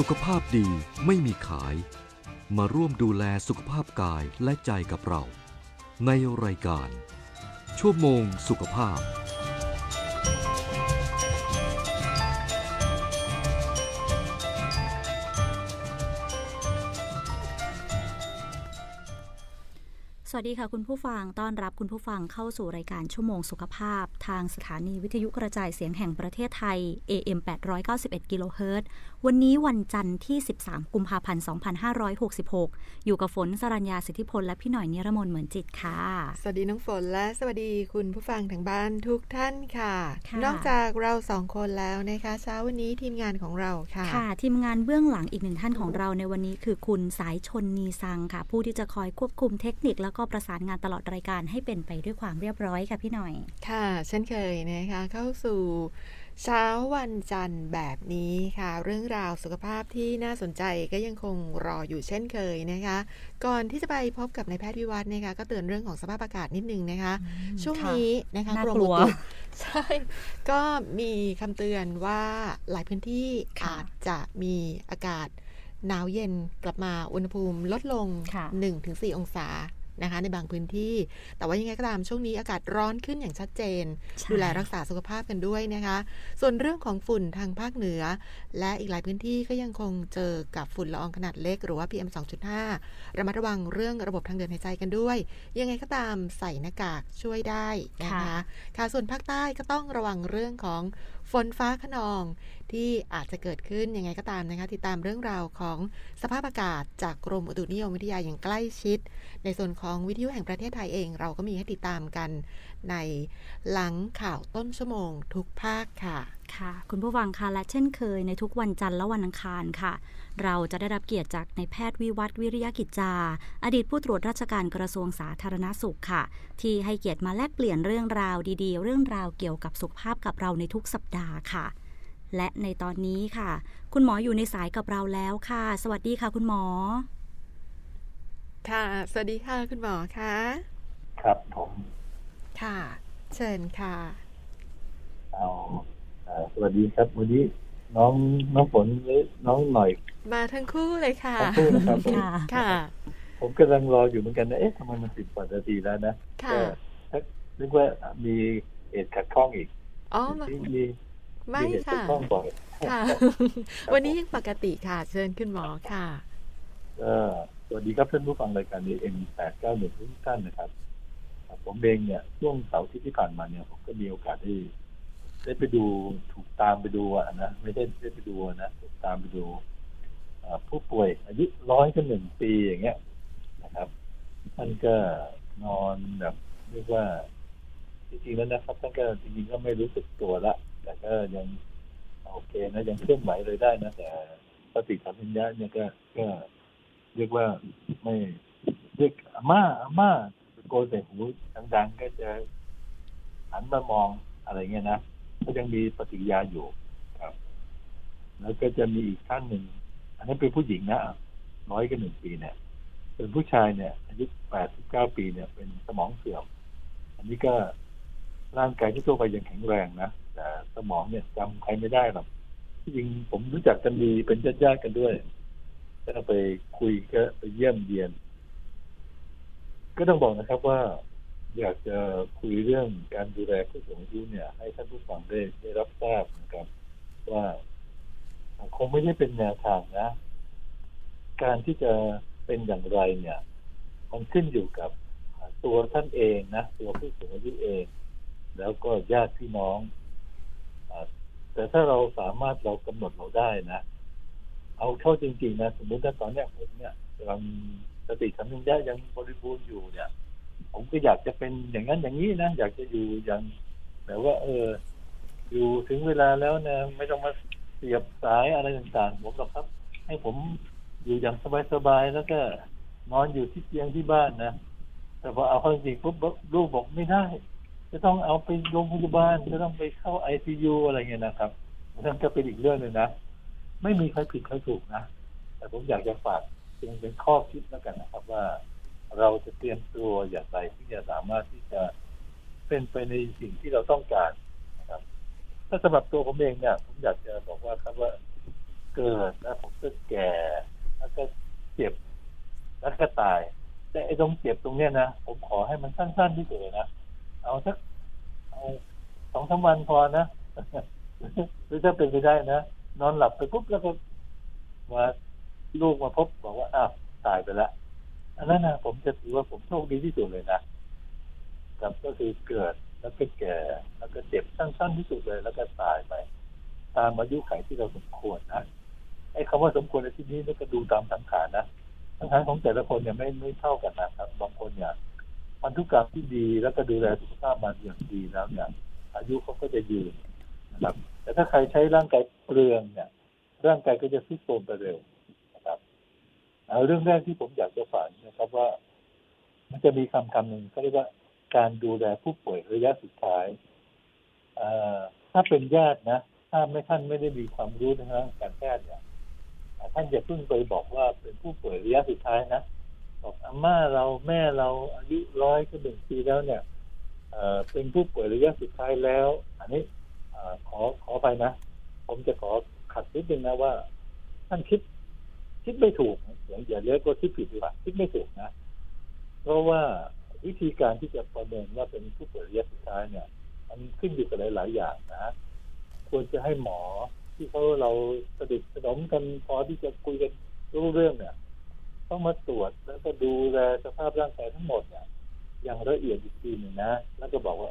สุขภาพดีไม่มีขายมาร่วมดูแลสุขภาพกายและใจกับเราในรายการชั่วโมงสุขภาพสวัสดีค่ะคุณผู้ฟังต้อนรับคุณผู้ฟังเข้าสู่รายการชั่วโมงสุขภาพทางสถานีวิทยุกระจายเสียงแห่งประเทศไทย AM 891 กิโลเฮิรตซ์วันนี้วันจันทร์ที่13กุมภาพันธ์2566อยู่กับฝนสรัญญาสิทธิพลและพี่หน่อยนิรมนเหมือนจิตค่ะสวัสดีน้องฝนและสวัสดีคุณผู้ฟังทางบ้านทุกท่านค่ะนอกจากเรา2คนแล้วนะคะเช้าวันนี้ทีมงานของเราค่ะทีมงานเบื้องหลังอีกหนึ่งท่านของเราในวันนี้คือคุณสายชนนีซังค่ะผู้ที่จะคอยควบคุมเทคนิคแล้วก็ประสานงานตลอดรายการให้เป็นไปด้วยความเรียบร้อยค่ะพี่หน่อยค่ะเช่นเคยนะคะเข้าสู่เช้าวันจันทร์แบบนี้ค่ะเรื่องราวสุขภาพที่น่าสนใจก็ยังคงรออยู่เช่นเคยนะคะก่อนที่จะไปพบกับนายแพทย์วิวัฒน์นะคะก็เตือนเรื่องของสภาพอากาศนิดนึงนะคะช่วงนี้นะคะกลัวใช่ก็มีคำเตือนว่าหลายพื้นที่อาจจะมีอากาศหนาวเย็นกลับมาอุณหภูมิลดลง 1-4 องศานะคะในบางพื้นที่แต่ว่ายังไงก็ตามช่วงนี้อากาศร้อนขึ้นอย่างชัดเจนดูแลรักษาสุขภาพกันด้วยนะคะส่วนเรื่องของฝุ่นทางภาคเหนือและอีกหลายพื้นที่ก็ยังคงเจอกับฝุ่นละอองขนาดเล็กหรือว่า PM 2.5 ระมัดระวังเรื่องระบบทางเดินหายใจกันด้วยยังไงก็ตามใส่หน้ากากช่วยได้นะคะค่ะส่วนภาคใต้ก็ต้องระวังเรื่องของฝนฟ้าคะนองที่อาจจะเกิดขึ้นยังไงก็ตามนะคะติดตามเรื่องราวของสภาพอากาศจากกรมอุตุนิยมวิทยาอย่างใกล้ชิดในส่วนของวิทยุแห่งประเทศไทยเองเราก็มีให้ติดตามกันในหลังข่าวต้นชั่วโมงทุกภาคค่ะค่ะคุณผู้ฟังค่ะและเช่นเคยในทุกวันจันทร์และวันอังคารค่ะเราจะได้รับเกียรติจากนายแพทย์วิวัฒน์วิริยกิจจาอดีตผู้ตรวจราชการกระทรวงสาธารณสุขค่ะที่ให้เกียรติมาแลกเปลี่ยนเรื่องราวดีๆเรื่องราวเกี่ยวกับสุขภาพกับเราในทุกสัปดาห์ค่ะและในตอนนี้ค่ะคุณหมออยู่ในสายกับเราแล้วค่ะสวัสดีค่ะคุณหมอค่ะสวัสดีค่ะคุณหมอคะครับผมค่ะเชิญค่ะสวัสดีครับวันนี้น้องฝนหรือน้องหน่อยมาทั้งคู่เลยค่ะทั้งคู่นะครับค่ะผมกำลังรออยู่เหมือนกันนะทำไมมัน10 กว่านาทีแล้วนะค่ะนึกว่ามีเหตุขัดข้องอีกไม่ค่ะค่ะวันนี้ยังปกติค่ะเชิญคุณหมอค่ะสวัสดีครับท่านผู้ฟังรายการ AM891 ทุกท่านนะครับผมเองเนี่ยช่วงเสาร์ที่ผ่านมาเนี่ยผมก็มีโอกาสได้ไปดูถูกตามไปดูนะไม่ได้ไปดูนะถูกตามไปดูผู้ป่วยอายุ101 ปีอย่างเงี้ยนะครับท่านก็นอนแบบเรียกว่าจริงๆแล้วนะครับท่านก็จริงๆก็ไม่รู้สึกตัวละแต่ก็ยังโอเคนะยังเคลื่อนไหวเลยได้นะแต่สติสัมปชัญญะเนี่ยก็เรียกว่าไม่เรียกอาม่าโกนใส่หูดังๆก็จะหันมามองอะไรเงี้ยนะก็ยังมีปฏิกิริยาอยู่ครับแล้วก็จะมีอีกท่านหนึ่งอันนั้นเป็นผู้หญิงนะ101 ปีเนี่ยเป็นผู้ชายเนี่ยอายุ89 ปีเนี่ยเป็นสมองเสื่อมอันนี้ก็ร่างกายที่ทั่วไปยังแข็งแรงนะแต่สมองเนี่ยจำใครไม่ได้หรอกที่จริงผมรู้จักกันดีเป็นญาติกันด้วยก็ไปคุยก็ไปเยี่ยมเยียนก็ต้องบอกนะครับว่าอยากจะคุยเรื่องการดูแลผู้สูงอายุเนี่ยให้ท่านผู้ฟังได้รับทราบนะครับว่าคงไม่ได้เป็นแนวทางนะการที่จะเป็นอย่างไรเนี่ยมันขึ้นอยู่กับตัวท่านเองนะตัวผู้สูงอายุเองแล้วก็ญาติพี่น้องแต่ถ้าเราสามารถเรากำหนดเราได้นะเอาเข้าจริงๆนะสมมติว่าตอนนี้ผมเนี่ยกำลังสติสัมปชัญญะยังบริบูรณ์อยู่เนี่ยผมก็อยากจะเป็นอย่างนั้นอย่างนี้นะอยากจะอยู่อย่างแบบว่าอยู่ถึงเวลาแล้วนะไม่ต้องมาเสียบสายอะไรต่างๆผมหรอกครับให้ผมอยู่อย่างสบายๆแล้วก็นอนอยู่ที่เตียงที่บ้านนะแต่พอเอาเข้าจริงปุ๊บลูกบอกไม่ได้จะต้องเอาไปโรงพยาบาลจะต้องไปเข้า ICU อะไรเงี้ยนะครับนั่นก็เป็นอีกเรื่องนึงนะไม่มีใครผิดใครถูกนะแต่ผมอยากจะฝากเป็นข้อคิดแล้วกันนะครับว่าเราจะเตรียมตัวอย่างไรที่จะสามารถที่จะเป็นไปในสิ่งที่เราต้องการนะครับถ้าสำหรับตัวผมเองเนี่ยผมอยากจะบอกว่าครับว่าเกิดแล้วผมก็แก่แล้วก็เจ็บแล้วก็ตายแต่ไอ้ตรงเจ็บตรงเนี้ยนะผมขอให้มันสั้นๆที่สุดเลยนะเอาสัก2-3 วันพอนะ หรือถ้าเป็นไปได้นะนอนหลับไปปุ๊บแล้วก็มาลูกมาพบบอกว่าอ้าวตายไปแล้วอันนั้นนะผมจะถือว่าผมโชคดีที่สุดเลยนะครับก็คือเกิดแล้วก็แก่แล้วก็เจ็บสั้นๆที่สุดเลยแล้วก็ตายไปตามอายุขัยที่เราสมควรนะไอ้คำว่าสมควรในที่นี้นี่ก็ดูตามสังขารนะสังขารของแต่ละคนเนี่ยไม่เท่ากันนะครับบางคนเนี่ยพันธุกรรมที่ดีแล้วก็ดูแลสุขภาพมาอย่างดีแล้วเนี่ยอายุเขาก็จะยืนนะครับแต่ถ้าใครใช้ร่างกายเปลืองเนี่ยร่างกายก็จะทรุดโทรมไปเร็วนะครับเรื่องแรกที่ผมอยากจะฝากนะครับว่ามันจะมีคำหนึ่งเขาเรียกว่าการดูแลผู้ป่วยระยะสุดท้ายถ้าเป็นญาตินะถ้าท่านไม่ได้มีความรู้ทางการแพทย์เนี่ยท่านอย่าเพิ่งไปบอกว่าเป็นผู้ป่วยระยะสุดท้ายนะบอกอาม่าเราแม่เราอายุ100 ก็ 1 ปีแล้วเนี่ยเป็นผู้ป่วยระยะสุดท้ายแล้วอันนี้ขอไปนะผมจะขอขัดนิดนึงนะว่าท่านคิดไม่ถูกอย่าเรียกว่าคิดผิดดีกว่าคิดไม่ถูกนะเพราะว่าวิธีการที่จะประเมินว่าเป็นผู้ป่วยระยะสุดท้ายเนี่ยมันขึ้นอยู่กับหลายๆอย่างนะควรจะให้หมอที่เราสนิทสนมกันพอที่จะคุยกันรู้เรื่องเนี่ยต้องมาตรวจแล้วก็ดูแลสภาพร่างกายทั้งหมดเนี่ยอย่างละเอียดอีกทีหนึ่งนะแล้วก็บอกว่า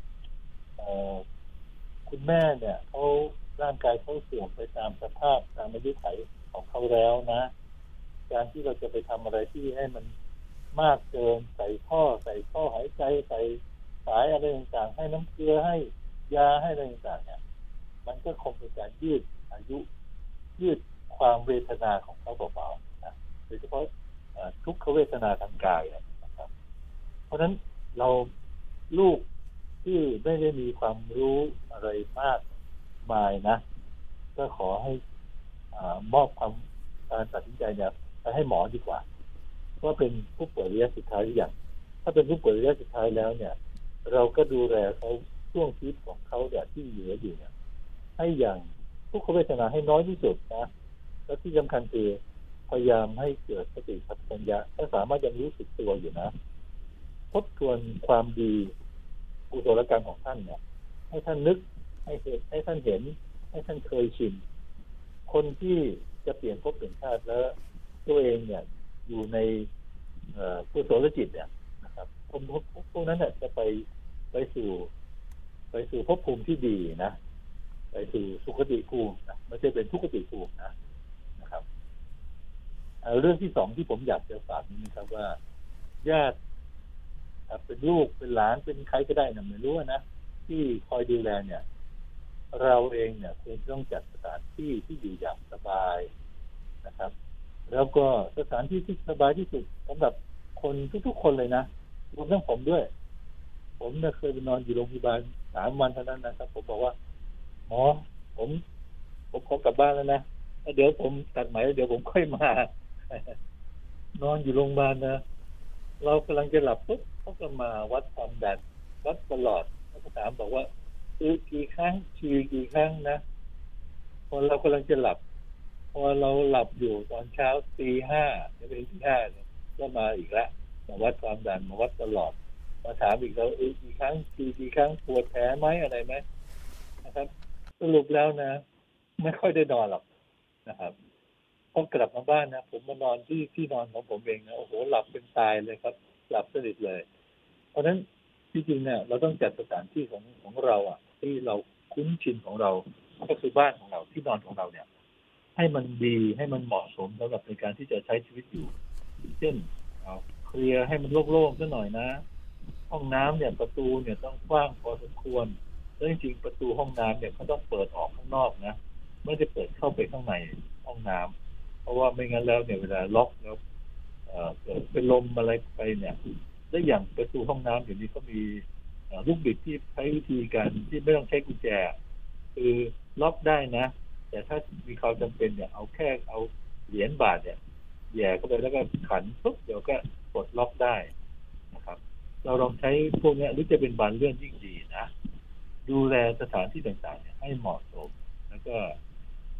คุณแม่เนี่ยเขาร่างกายเขาเสื่อมไปตามสภาพตามอายุขัยของเขาแล้วนะการที่เราจะไปทำอะไรที่ให้มันมากเกินใส่ท่อหายใจใส่สายอะไรต่างๆให้น้ำเกลือให้ยาให้อะไรต่างๆเนี่ยมันก็คงเป็นการยืดอายุยืดความเวทนาของเขาเบาๆนะโดยเฉพาะทุกขเวทนาทางกายนะครับเพราะฉะนั้นเราลูกที่ไม่ได้มีความรู้อะไรมากมายนะก็ขอให้มอบการตัดสินใจเนี่ยไปให้หมอดีกว่าว่าเป็นผู้ป่วยระยะสุดท้ายหรือยังถ้าเป็นผู้ป่วยระยะสุดท้ายแล้วเนี่ยเราก็ดูแลเขาช่วงชีวิตของเขาเนี่ยที่เหลืออยู่เนี่ยให้อย่างทุกขเวทนาให้น้อยที่สุดนะแล้วที่สำคัญคือพยายามให้เกิดสติสัมปชัญญะถ้าสามารถยังรู้สึกตัวอยู่นะทบทวนความดีกุศลกรรมของท่านเนี่ยให้ท่านนึกให้ท่านเห็นให้ท่านเคยชินคนที่จะเปลี่ยนภพเปลี่ยนชาติแล้วตัวเองเนี่ยอยู่ในกุศลจิตเนี่ยนะครับพวกนั้นเนี่ยจะไปสู่ภพภูมิที่ดีนะไปสู่สุคติภูมินะไม่ใช่เป็นทุกขติภูมินะครับเรื่องที่2ที่ผมอยากจะฝากนี้นะครับว่าญาติเป็นลูกเป็นหลานเป็นใครก็ได้นะไม่รู้นะที่คอยดูแลเนี่ยเราเองเนี่ยควรต้องจัดสถานที่ที่อยู่อย่างสบายนะครับแล้วก็สถานที่ที่สบายที่สุดสำหรับคนทุกๆคนเลยนะรวมทั้งผมด้วยผมเนี่ยเคยไปนอนอยู่โรงพยาบาล3 วันเท่านั้นนะครับผมบอกว่าหมอผมขอกลับบ้านแล้วนะเดี๋ยวผมตัดไหมเดี๋ยวผมค่อยมานอนอยู่โรงพยาบาลนะเรากำลังจะหลับปุ๊บเขาก็มาวัดความดันวัดตลอดเขาก็ถามบอกว่ากี่ครั้งฉี่กี่ครั้งนะพอเรากำลังจะหลับพอเราหลับอยู่ตอนเช้าตี 5จะเป็นตี 5เนี่ยก็มาอีกแล้วมาวัดความดันมาวัดตลอดมาถามอีกแล้วกี่ครั้งฉี่กี่ครั้งปวดแผลไหมอะไรไหมนะครับสรุปแล้วนะไม่ค่อยได้นอนหรอกนะครับพอกลับมาบ้านนะผมมานอนที่นอนของผมเองนะโอ้โหหลับเป็นตายเลยครับหลับสนิทเลยเพราะฉะนั้นจริงๆเนี่ยเราต้องจัดสถานที่ของเราที่เราคุ้นชินของเราก็คือบ้านของเราที่นอนของเราเนี่ยให้มันดีให้มันเหมาะสมสำหรับในการที่จะใช้ชีวิตอยู่เช่นเคลียร์ให้มันโล่งๆซะหน่อยนะห้องน้ำเนี่ยประตูเนี่ยต้องกว้างพอสมควรแล้วจริงๆประตูห้องน้ำเนี่ยเขาต้องเปิดออกข้างนอกนะไม่ได้เปิดเข้าไปข้างในห้องน้ำเพราะว่าไม่งั้นแล้วเนี่ยเวลาล็อกแล้วเกิดเป็นลมอะไรไปเนี่ยและอย่างประตูห้องน้ำเดี๋ยวนี้ก็มีลูกบิดที่ใช้วิธีการที่ไม่ต้องใช้กุญแจคือล็อกได้นะแต่ถ้ามีความจำเป็นเนี่ยเอาเหรียญบาทเนี่ยแย่เข้าไปแล้วก็ขันปุ๊บเดี๋ยวก็กดล็อกได้นะครับเราลองใช้พวกนี้หรือจะเป็นบานเลื่อนยิ่งดีนะดูแลสถานที่ต่างๆเนี่ยให้เหมาะสมแล้วก็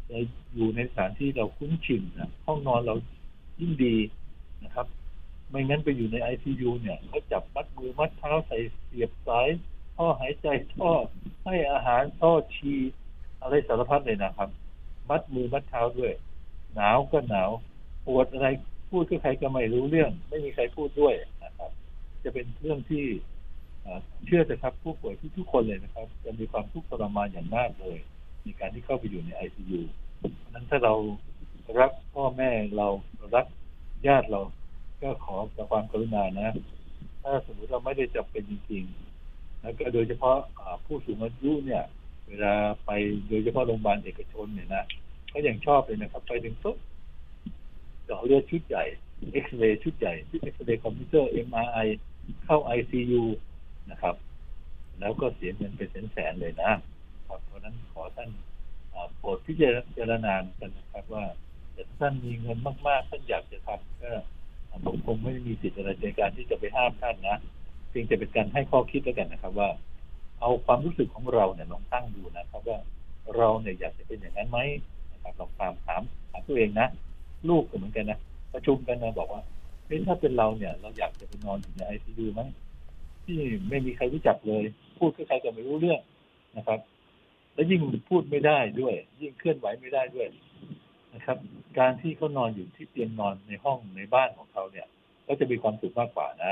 อยู่ในสถานที่เราคุ้นชินนะห้องนอนเรายิ่งดีนะครับไม่งั้นไปอยู่ใน ICU เนี่ยเขาจับมัดมือมัดเท้าใส่เสียบสายท่อหายใจท่อให้อาหารท่อชีอะไรสารพัดเลยนะครับมัดมือมัดเท้าด้วยหนาวก็หนาวปวดอะไรพูดกับใครก็ไม่รู้เรื่องไม่มีใครพูดด้วยนะครับจะเป็นเรื่องที่เชื่อเถอะครับผู้ป่วยทุกคนเลยนะครับจะมีความทุกข์ทรมานอย่างมากเลยในการที่เข้าไปอยู่ใน ICU นั้นถ้าเรารักพ่อแม่เรารักญาติเราก็ขอความกรุณานะถ้าสมมติเราไม่ได้จำเป็นจริงๆแล้วก็โดยเฉพาะผู้สูงอายุเนี่ยเวลาไปโดยเฉพาะโรงพยาบาลเอกชนเนี่ยนะก็ยังชอบเลยนะครับไปถึงปุ๊บเจาะเลือดชุดใหญ่เอ็กซเรย์ชุดใหญ่ที่เอ็กซเรย์คอมพิวเตอร์ MRI เข้า ICU นะครับแล้วก็เสียเงินเป็นแสนๆเลยนะครับเพราะนั้นขอท่านโปรดพิจารณากันนะครับว่าถ้าท่านมีเงินมากๆท่านอยากจะทำก็ผมคงไม่มีสิทธิ์อะไรในการที่จะไปห้ามท่านนะเพียงแต่เป็นการให้ข้อคิดแล้วกันนะครับว่าเอาความรู้สึกของเราเนี่ยลองตั้งดูนะครับว่าเราเนี่ยอยากจะเป็นอย่างนั้นไหมนะครับลองถามตัวเองนะลูกก็เหมือนกันนะประชุมกันนะบอกว่าถ้าเป็นเราเนี่ยเราอยากจะไปนอนอยู่ใน ICU ไหมที่ไม่มีใครรู้จักเลยพูดกับใครก็ไม่รู้เรื่องนะครับแล้วยิ่งพูดไม่ได้ด้วยยิ่งเคลื่อนไหวไม่ได้ด้วยนะครับการที่เขานอนอยู่ที่เตียงนอนในห้องในบ้านของเขาเนี่ยก็จะมีความสุขมากกว่านะ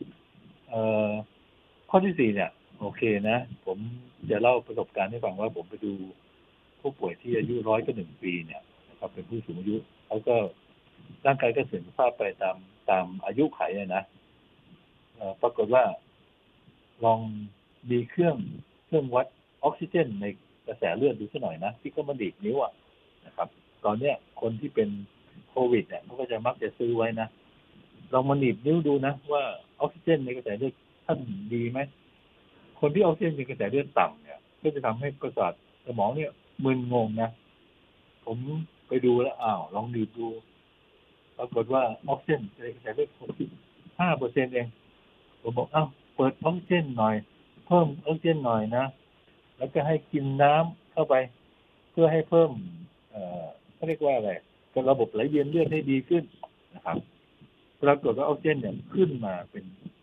ข้อที่4เนี่ยโอเคนะผมจะเล่าประสบการณ์ให้ฟังว่าผมไปดูผู้ป่วยที่อายุ101 ปีเนี่ยนะครับเป็นผู้สูงอายุเขาก็ร่างกายก็เสื่อมสภาพไปตามอายุไขนะปรากฏว่าลองมีเครื่องวัดออกซิเจนในกระแสเลือดดูสักหน่อยนะที่เขามาดีดนิ้วนะครับตอนเนี้ยคนที่เป็นโควิดเนี่ยเขาก็จะมักจะซื้อไว้นะลองมาดีดนิ้วดูนะว่าออกซิเจนในกระแสเลือดท่านดีไหมคนที่ออกซิเจนในกระแสเลือดต่ำเนี่ยก็จะทำให้ประสาทสมองเนี่ยมึนงงนะผมไปดูแล้วลองดีดดูปรากฏว่าออกซิเจนในกระแสเลือด 65% เองผมบอกเปิดออกซิเจนหน่อยเพิ่มออกซิเจนหน่อยนะแล้วก็ให้กินน้ำเข้าไปเพื่อให้เพิ่มเขาเรียกว่าอะไรก็ระบบไหลเวียนเลือดให้ดีขึ้นนะครับปรากฏว่าออกซิเจนเนี่ยขึ้นมาเป็น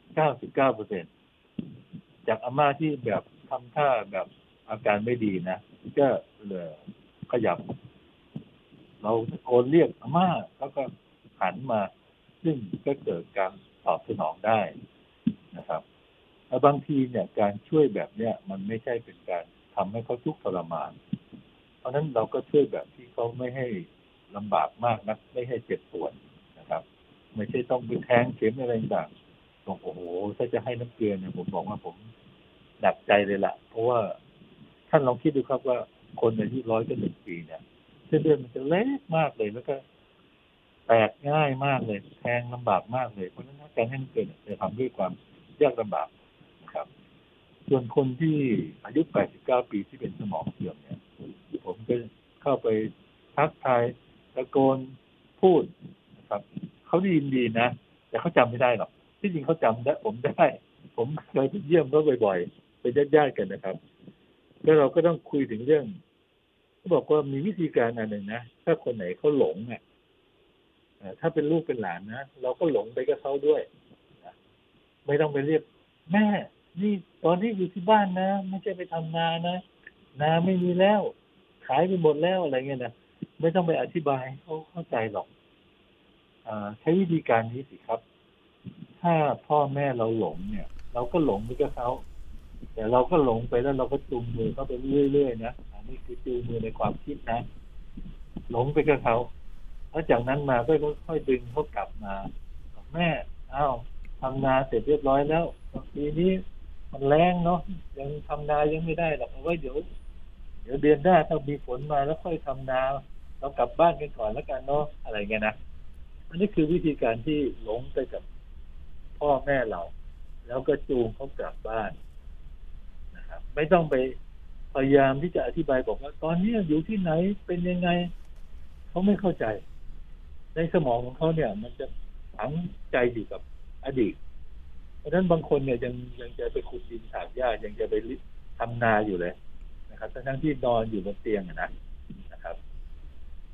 99% จากอาม่าที่แบบทำท่าแบบอาการไม่ดีนะก็เลยขยับเราตะโกนเรียกอาม่าแล้วก็หันมาซึ่งก็เกิดการตอบสนองได้นะครับแล้วบางทีเนี่ยการช่วยแบบเนี้ยมันไม่ใช่เป็นการทำให้เขาทุกข์ทรมานเพราะนั้นเราก็ช่วยแบบที่เขาไม่ให้ลำบากมากนักไม่ให้เจ็บปวดนะครับไม่ใช่ต้องไปแทงเข็มอะไรต่างๆบอกโอ้โหถ้าจะให้น้ำเกลือเนี่ยผมบอกว่าผมหนักใจเลยล่ะเพราะว่าท่านลองคิดดูครับว่าคนอายุ101 ปีเนี่ยเส้นเลือดมันจะเล็กมากเลยแล้วก็แตกง่ายมากเลยแทงลำบากมากเลยเพราะฉะนั้นการให้น้ำเกลือจะทำด้วยความยากลำบากนะครับส่วนคนที่อายุ89 ปีที่เป็นสมองเสื่อมเนี่ยผมก็เข้าไปทักทายตะโกนพูดนะครับเขาได้ยินดีนะแต่เขาจำไม่ได้หรอกที่จริงเขาจำได้ผมได้ผมเคยไปเยี่ยมเขาบ่อยๆเป็นญาติๆกันนะครับแล้วเราก็ต้องคุยถึงเรื่องเขาบอกว่ามีวิธีการอันหนึ่งนะถ้าคนไหนเขาหลงถ้าเป็นลูกเป็นหลานนะเราก็หลงไปกับเขาด้วยไม่ต้องไปเรียกแม่นี่ตอนนี้อยู่ที่บ้านนะไม่ใช่ไปทำนานะนาไม่มีแล้วขายไปหมดแล้วอะไรเงี้ยนะไม่ต้องไปอธิบายเขาเข้าใจหรอกใช้วิธีการนี้สิครับถ้าพ่อแม่เราหลงเนี่ยเราก็หลงไปกับเขาแต่เราก็หลงไปแล้วเราก็จูงมือเขาไปเรื่อยๆนะอันนี้คือจูงมือในความคิดนะหลงไปกับเขาแล้วจากนั้นมาก็ค่อยดึงเขากลับมาแม่ทำนาเสร็จเรียบร้อยแล้วปีนี้มันแรงเนาะยังทำนายังไม่ได้หรอกเอาไว้เดี๋ยวเดือนหน้าถ้ามีฝนมาแล้วค่อยทำนาเรากลับบ้านกันก่อนแล้วกันเนาะอะไรเงี้ยนะอันนี้คือวิธีการที่หลงไปกับพ่อแม่เราแล้วก็จูงเขากลับบ้านนะครับไม่ต้องไปพยายามที่จะอธิบายบอกว่าตอนนี้อยู่ที่ไหนเป็นยังไงเขาไม่เข้าใจในสมองของเขาเนี่ยมันจะฝังใจอยู่กับอดีตเพราะฉะนั้นบางคนเนี่ยยังจะไปขุดดินถากหญ้ายังจะไปทำนาอยู่เลยนะครับทั้งที่นอนอยู่บนเตียงนะครับ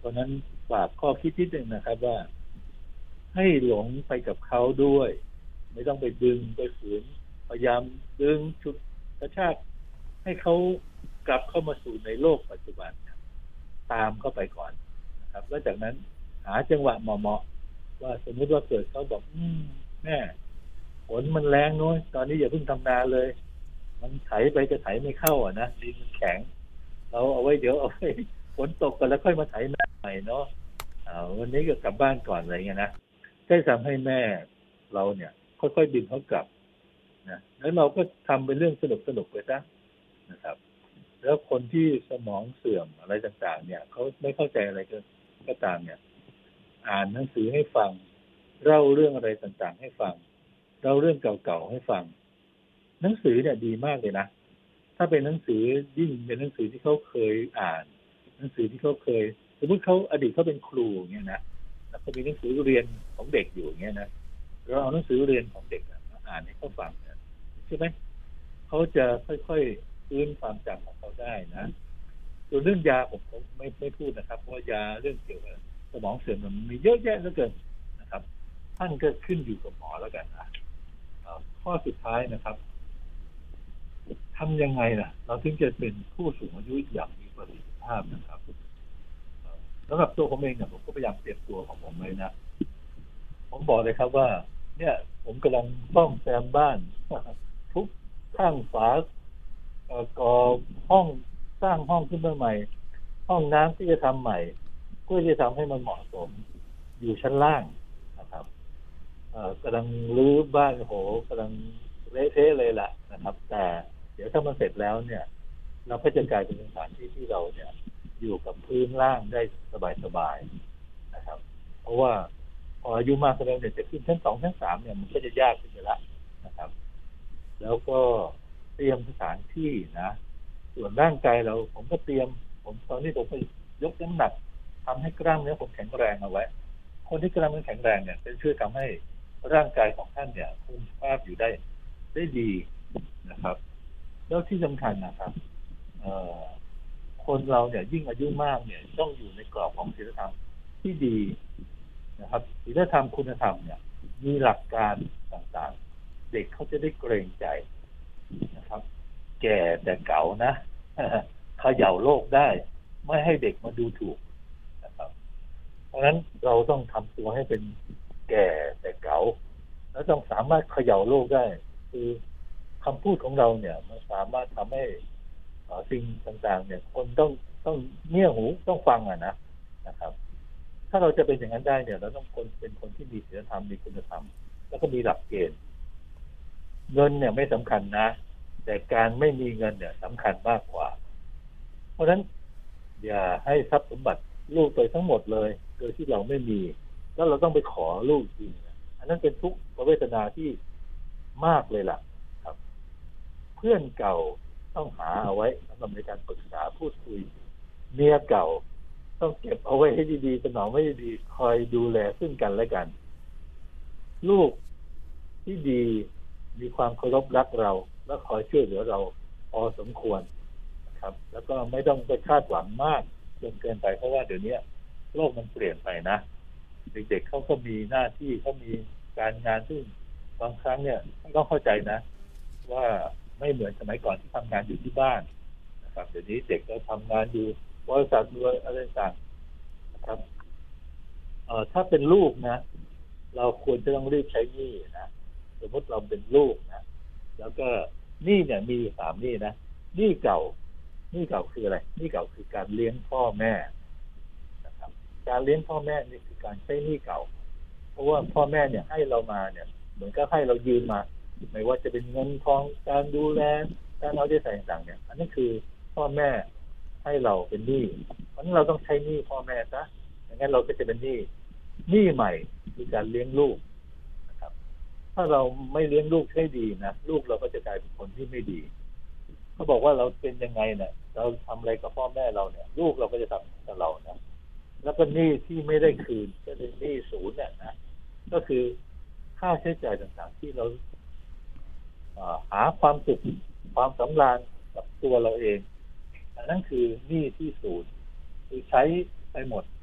เพราะนั้นฝากข้อคิดนิดนึงนะครับว่าให้หลงไปกับเขาด้วยไม่ต้องไปดึงไปฝืนพยายามดึงชุดกระชากให้เขากลับเข้ามาสู่ในโลกปัจจุบันตามเข้าไปก่อนนะครับแล้วจากนั้นหาจังหวะเหมาะๆว่าสมมติว่าเกิดเขาบอกแม่ฝนมันแรงน้อยตอนนี้อย่าเพิ่งทำนาเลยมันไถไปจะไถไม่เข้านะดินมันแข็งเราเอาไว้เดี๋ยวเอาไว้ฝนตกกันแล้วค่อยมาไถนาใหม่เนาะวันนี้ก็กลับบ้านก่อนอะไรเงี้ยนะได้ทำให้แม่เราเนี่ยค่อยๆดึงเขากลับนะแล้วเราก็ทำเป็นเรื่องสนุกไปซะนะครับแล้วคนที่สมองเสื่อมอะไรต่างๆเนี่ยเขาไม่เข้าใจอะไรก็ตามเนี่ยอ่านหนังสือให้ฟังเล่าเรื่องอะไรต่างๆให้ฟังเล่าเรื่องเก่าๆให้ฟังหนังสือเนี่ยดีมากเลยนะถ้าเป็นหนังสือยิ่งเป็นหนังสือที่เขาเคยอ่านหนังสือที่เขาเคยสมมติเขาอดีตเขาเป็นครูเงี้ยนะแล้วก็มีหนังสือเรียนของเด็กอยู่เงี้ยนะเราเอาหนังสือเรียนของเด็กมาอ่านให้เขาฟังใช่ไหมเขาจะค่อยๆฟื้นความจำของเขาได้นะส่วนเรื่องยาผมไม่พูดนะครับเพราะยาเรื่องเกี่ยวกับสมองเสื่อมมันมีเยอะแยะเหลือเกินนะครับท่านก็ขึ้นอยู่กับหมอแล้วกันนะข้อสุดท้ายนะครับทำยังไงล่ะเราถึงจะเป็นผู้สูงอายุอย่างมีประสิทธิภาพนะครับสำหรับตัวผมเองเนี่ยผมก็พยายามเตรียมตัวของผมไว้นะผมบอกเลยครับว่าเนี่ยผมกำลังซ่อมแซมบ้านทุกข้างฝาก่อห้องสร้างห้องขึ้นมาใหม่ห้องน้ำที่จะทำใหม่เพื่อจะทำให้มันเหมาะสมอยู่ชั้นล่างนะครับกำลังรื้อบ้านโหกำลังเละเทะเลยล่ะนะครับแต่เดี๋ยวถ้ามันเสร็จแล้วเนี่ยเราก็จะกลายเป็นสถานที่ที่เราเนี่ยอยู่กับพื้นล่างได้สบายๆนะครับเพราะว่าพออายุมากแล้วเนี่ยจะขึ้นชั้น 2 ชั้น 3เนี่ยมันก็จะยากขึ้นไปละนะครับแล้วก็เตรียมสถานที่นะส่วนร่างกายเราผมก็เตรียมตอนนี้ผมไปยกน้ำหนักทำให้กล้ามเนื้อผมแข็งแรงเอาไว้คนที่กล้ามเนื้อแข็งแรงเนี่ยจะช่วยทำให้ร่างกายของท่านเนี่ยคงสภาพอยู่ได้ดีนะครับแล้วที่สำคัญนะครับคนเราเนี่ยยิ่งอายุมากเนี่ยต้องอยู่ในกรอบของศีลธรรมที่ดีนะครับศีลธรรมคุณธรรมเนี่ยมีหลักการต่างๆเด็กเขาจะได้เกรงใจนะครับแก่แต่เก่านะเขย่าโลกได้ไม่ให้เด็กมาดูถูกนะครับเพราะฉะนั้นเราต้องทำตัวให้เป็นแก่แต่เก่าแล้วต้องสามารถเขย่าโลกได้คือคำพูดของเราเนี่ยมันสามารถทำให้สิ่งต่างๆเนี่ยคนต้องเงี่ยหูต้องฟังนะครับถ้าเราจะเป็นอย่างนั้นได้เนี่ยเราต้องเป็นคนที่มีศีลธรรมมีคุณธรรมแล้วก็มีหลักเกณฑ์เงินเนี่ยไม่สำคัญนะแต่การไม่มีเงินเนี่ยสำคัญมากกว่าเพราะฉะนั้นอย่าให้ทรัพย์สมบัติลูกไปทั้งหมดเลยโดยที่เราไม่มีแล้วเราต้องไปขอลูกจริงอันนั้นเป็นทุกขเวทนาที่มากเลยล่ะครับเพื่อนเก่าต้องหาเอาไว้สำหรับในการปรึกษาพูดคุยเมียเก่าต้องเก็บเอาไว้ให้ดีๆสนองไว้ดีๆคอยดูแลซึ่งกันและกันลูกที่ดีมีความเคารพรักเราและคอยช่วยเหลือเราพอสมควรนะครับแล้วก็ไม่ต้องไปคาดหวังมากจนเกินไปเพราะว่าเดี๋ยวนี้โลกมันเปลี่ยนไปนะเด็กๆเขาก็มีหน้าที่เขามีการงานซึ่งบางครั้งเนี่ยต้องเข้าใจนะว่าไม่เหมือนสมัยก่อนที่ทำงานอยู่ที่บ้านนะครับเดี๋ยวนี้เด็กเราทำงานอยู่บริษัทด้วยอะไรต่างนะครับถ้าเป็นลูกนะเราควรจะต้องรีบใช้หนี้นะสมมติเราเป็นลูกนะแล้วก็หนี้เนี่ยมี3หนี้นะหนี้เก่าคืออะไรหนี้เก่าคือการเลี้ยงพ่อแม่นะครับการเลี้ยงพ่อแม่นี่คือการใช้หนี้เก่าเพราะว่าพ่อแม่เนี่ยให้เรามาเนี่ยเหมือนกับให้เรายืมมาไม่ว่าจะเป็นเงินทองการดูแลการเอาใจใส่ต่างๆเนี่ยอันนี้คือพ่อแม่ให้เราเป็นหนี้เพราะฉะนั้นเราต้องใช้หนี้พ่อแม่ซะอย่างนั้นเราก็จะเป็นหนี้ใหม่คือการเลี้ยงลูกนะครับถ้าเราไม่เลี้ยงลูกให้ดีนะลูกเราก็จะกลายเป็นคนที่ไม่ดีเขาบอกว่าเราเป็นยังไงเนี่ยเราทำอะไรกับพ่อแม่เราเนี่ยลูกเราก็จะทำกับเรานะแล้วก็หนี้ที่ไม่ได้คืนก็เป็นหนี้ศูนย์เนี่ยนะก็คือค่าใช้จ่ายต่างๆที่เราหาความสุขความสำราญกับตัวเราเองอันนั้นคือหนี้ที่ศูนย์คือใช้ไปหมด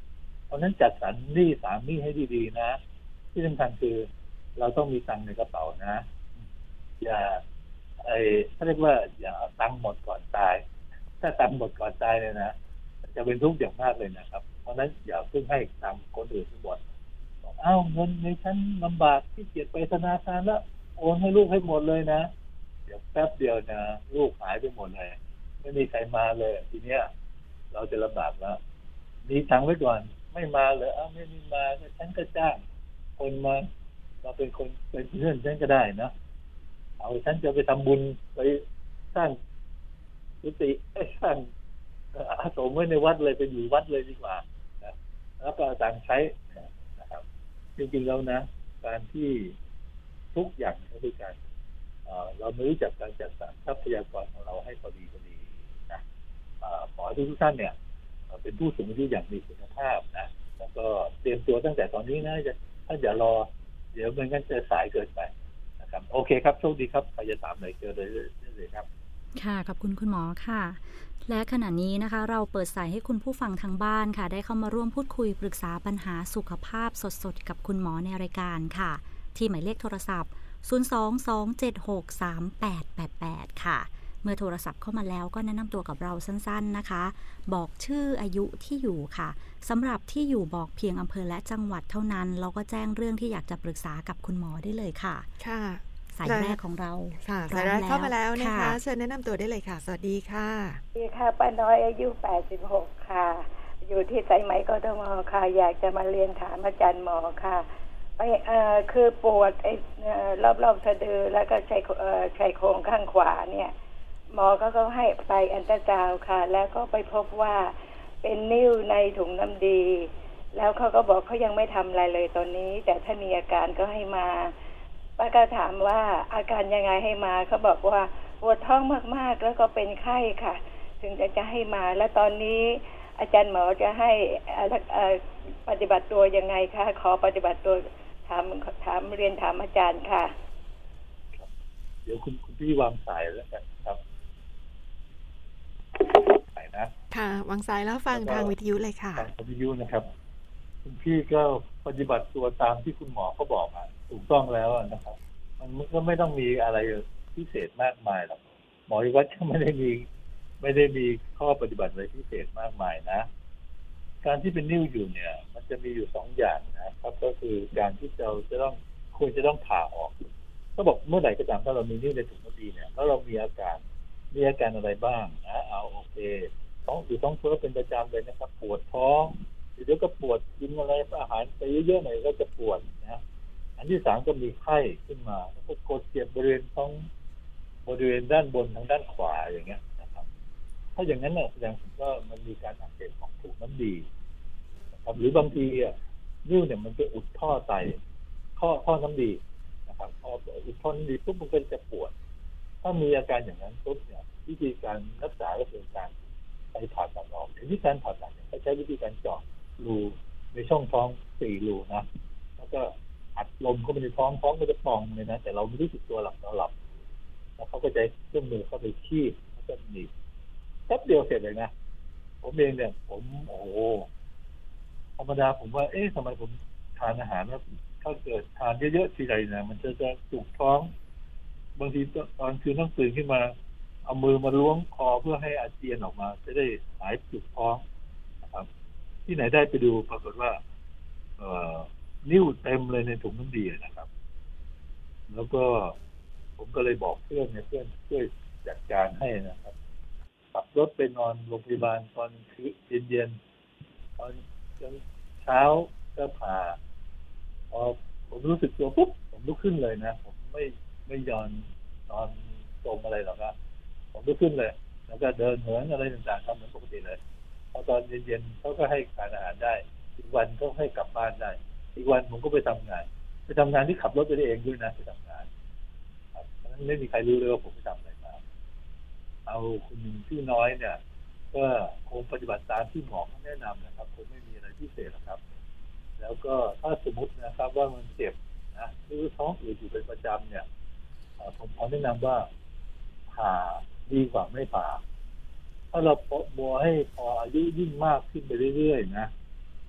เพราะนั้นจัดสรรหนี้3หนี้ให้ดีๆนะที่สำคัญคือเราต้องมีตังค์ในกระเป๋านะอย่าเขาเรียกว่าอย่าตังค์หมดก่อนตายถ้าตังค์หมดก่อนตายเนี่ยนะจะเป็นทุกข์อย่างมากเลยนะครับเพราะนั้นอย่าเพิ่งให้ตังค์คนอื่นทั้งหมดบอกเงินในฉันลำบากที่เกียจไปธนาคารแล้วโอนให้ลูกให้หมดเลยนะเดี๋ยวแป๊บเดียวนะลูกหายไปหมดเลยไม่มีใครมาเลยทีเนี้ยเราจะลำบากแล้วมีตังค์ไว้ก่อนไม่มาเลยไม่มีมาฉันก็จ้างคนมาเป็นคนเป็นเพื่อนฉันก็ได้นะฉันจะไปทำบุญไปสร้างกุฏิสร้างอาสมไว้ในวัดเลยไปอยู่วัดเลยดีกว่านะแล้วก็ต่างใช้นะครับจริงๆแล้วนะการที่ทุกอย่างก็คือการเราไม่รู้จักการจัดสรรทรัพยากรของเราให้พอดีนะขอให้ทุกท่านเนี่ยเป็นผู้สูงอายุอย่างมีคุณภาพนะแล้วก็เตรียมตัวตั้งแต่ตอนนี้นะถ้าอย่ารอเดี๋ยวมันก็จะสายเกินไปนะครับโอเคครับโชคดีครับใครจะถามไหนเจอเลยครับค่ะขอบคุณคุณหมอค่ะและขณะนี้นะคะเราเปิดสายให้คุณผู้ฟังทางบ้านค่ะได้เข้ามาร่วมพูดคุยปรึกษาปัญหาสุขภาพสดๆกับคุณหมอในรายการค่ะที่หมายเลขโทรศัพท์022763888ค่ะเมื่อโทรศัพท์เข้ามาแล้วก็แนะนำตัวกับเราสั้นๆนะคะบอกชื่ออายุที่อยู่ค่ะสำหรับที่อยู่บอกเพียงอำเภอและจังหวัดเท่านั้นแล้วก็แจ้งเรื่องที่อยากจะปรึกษากับคุณหมอได้เลยค่ะค่ะสายแรกของเราค่ะสายแรกเข้ามาแล้วนะคะเชิญแนะนำตัวได้เลยค่ะสวัสดีค่ะสวัสดีค่ะป้าน้อยอายุ86ค่ะอยู่ที่สายไหมกทมค่ะอยากจะมาเรียนถามอาจารย์หมอค่ะไปคือปวดรอบๆสะดือแล้วก็ชายโครงข้างขวาเนี่ยหมอก็ให้ไปอัลตราซาวด์ค่ะแล้วก็ไปพบว่าเป็นนิ่วในถุงน้ำดีแล้วเขาก็บอกเขายังไม่ทำอะไรเลยตอนนี้แต่ถ้ามีอาการก็ให้มาป้าก็ถามว่าอาการยังไงให้มาเขาบอกว่าปวดท้องมากๆแล้วก็เป็นไข้ค่ะถึงจะให้มาแล้วตอนนี้อาจารย์หมอจะให้ปฏิบัติตัวยังไงคะขอปฏิบัติตัวถามเรียนถามอาจารย์ค่ะเดี๋ยวคุณพี่วางสายแล้วกันครับสายนะค่ะวางสายแล้วฟังทางวิทยุเลยค่ะทางวิทยุนะครับคุณพี่ก็ปฏิบัติตัวตามที่คุณหมอเขาบอกถูกต้องแล้วนะครับมันก็ไม่ต้องมีอะไรพิเศษมากมายหรอกหมอวัดก็ไม่ได้มีข้อปฏิบัติอะไรพิเศษมากมายนะการที่เป็นนิ่วอยู่เนี่ยมันจะมีอยู่2อย่างนะครับก็คือการที่เราควรจะต้องผ่าออกก็บอกเมื่อไหร่ก็ตามถ้าเรามีนิ่วในถุงน้ำดีเนี่ยแล้วเรามีอาการอะไรบ้างนะโอเคท้องเฟ้อเป็นประจำเลยนะครับปวดท้องเดี๋ยวก็ปวดกินอะไรอาหารไปเยอะๆหน่อยก็จะปวดนะอันที่3ก็มีไข้ขึ้นมาแล้วก็กดเจ็บบริเวณท้องบริเวณด้านบนทางด้านขวาอย่างเงี้ยนะครับถ้าอย่างนั้นเนี่ยแสดงว่ามันมีการอักเสบของถุงน้ำดีนะครับหรือบางทีนิ่วเนี่ยมันจะอุดท่อไตท่อน้ำดีนะครับพออุดท่อน้ำดีปุ๊บมันก็จะปวดถ้ามีอาการอย่างนั้นปุ๊บเนี่ยวิธีการรักษาก็คือการไปผ่าตัดออกวิธีการผ่าตัดเนี่ยใช้วิธีการเจาะรูในช่องท้อง4รูนะแล้วก็อัดลมเข้าไปในท้องก็จะป่องเลยนะแต่เราไม่รู้สึกตัวหลับแล้วเขาก็ใช้เครื่องมือเข้าไปคีบแล้วก็หนีบแป๊บเดียวเสร็จเลยนะผมเองเนี่ยผมธรรมดาผมว่าทำไมผมทานอาหารแล้วถ้าเกิดทานเยอะๆทีไรนะมันจะจุกท้องบางทีตอนคืนต้องตื่นขึ้นมาเอามือมาล้วงคอเพื่อให้อาเจียนออกมาจะได้หายจุกท้องนะครับที่ไหนได้ไปดูปรากฏว่านิ่วเต็มเลยในถุงน้ำดีนะครับ แล้วก็ผมก็เลยบอกเพื่อนช่วยจัดการให้นะครับขับรถไปนอนโรงพยาบาลตอนเย็นตอนเช้าก็ผ่าพอผมรู้สึกตัวปุ๊บผมลุกขึ้นเลยนะผมไม่ยอมนอนจมอะไรหรอกนะผมลุกขึ้นเลยแล้วก็เดินเหินอะไรต่างๆทำเหมือนปกติเลยพอตอนเย็นๆเขาก็ให้ทานอาหารได้อีกวันเขาให้กลับบ้านได้อีกวันผมก็ไปทำงานที่ขับรถไปเองด้วยนะไปทำงานเพราะฉะนั้นไม่มีใครรู้เลยว่าผมไปทำอะไรมาเอาคุณพี่น้อยเนี่ยก็คงปฏิบัติตามที่หมอแนะนำนะครับคงไม่มีอะไรพิเศษนะครับแล้วก็ถ้าสมมตินะครับว่ามันเจ็บนะหรือท้องอืดอยู่เป็นประจำเนี่ยผมขอแนะนำว่าผ่าดีกว่าไม่ผ่าถ้าเรามัวให้พออายุยิ่งมากขึ้นไปเรื่อยๆนะ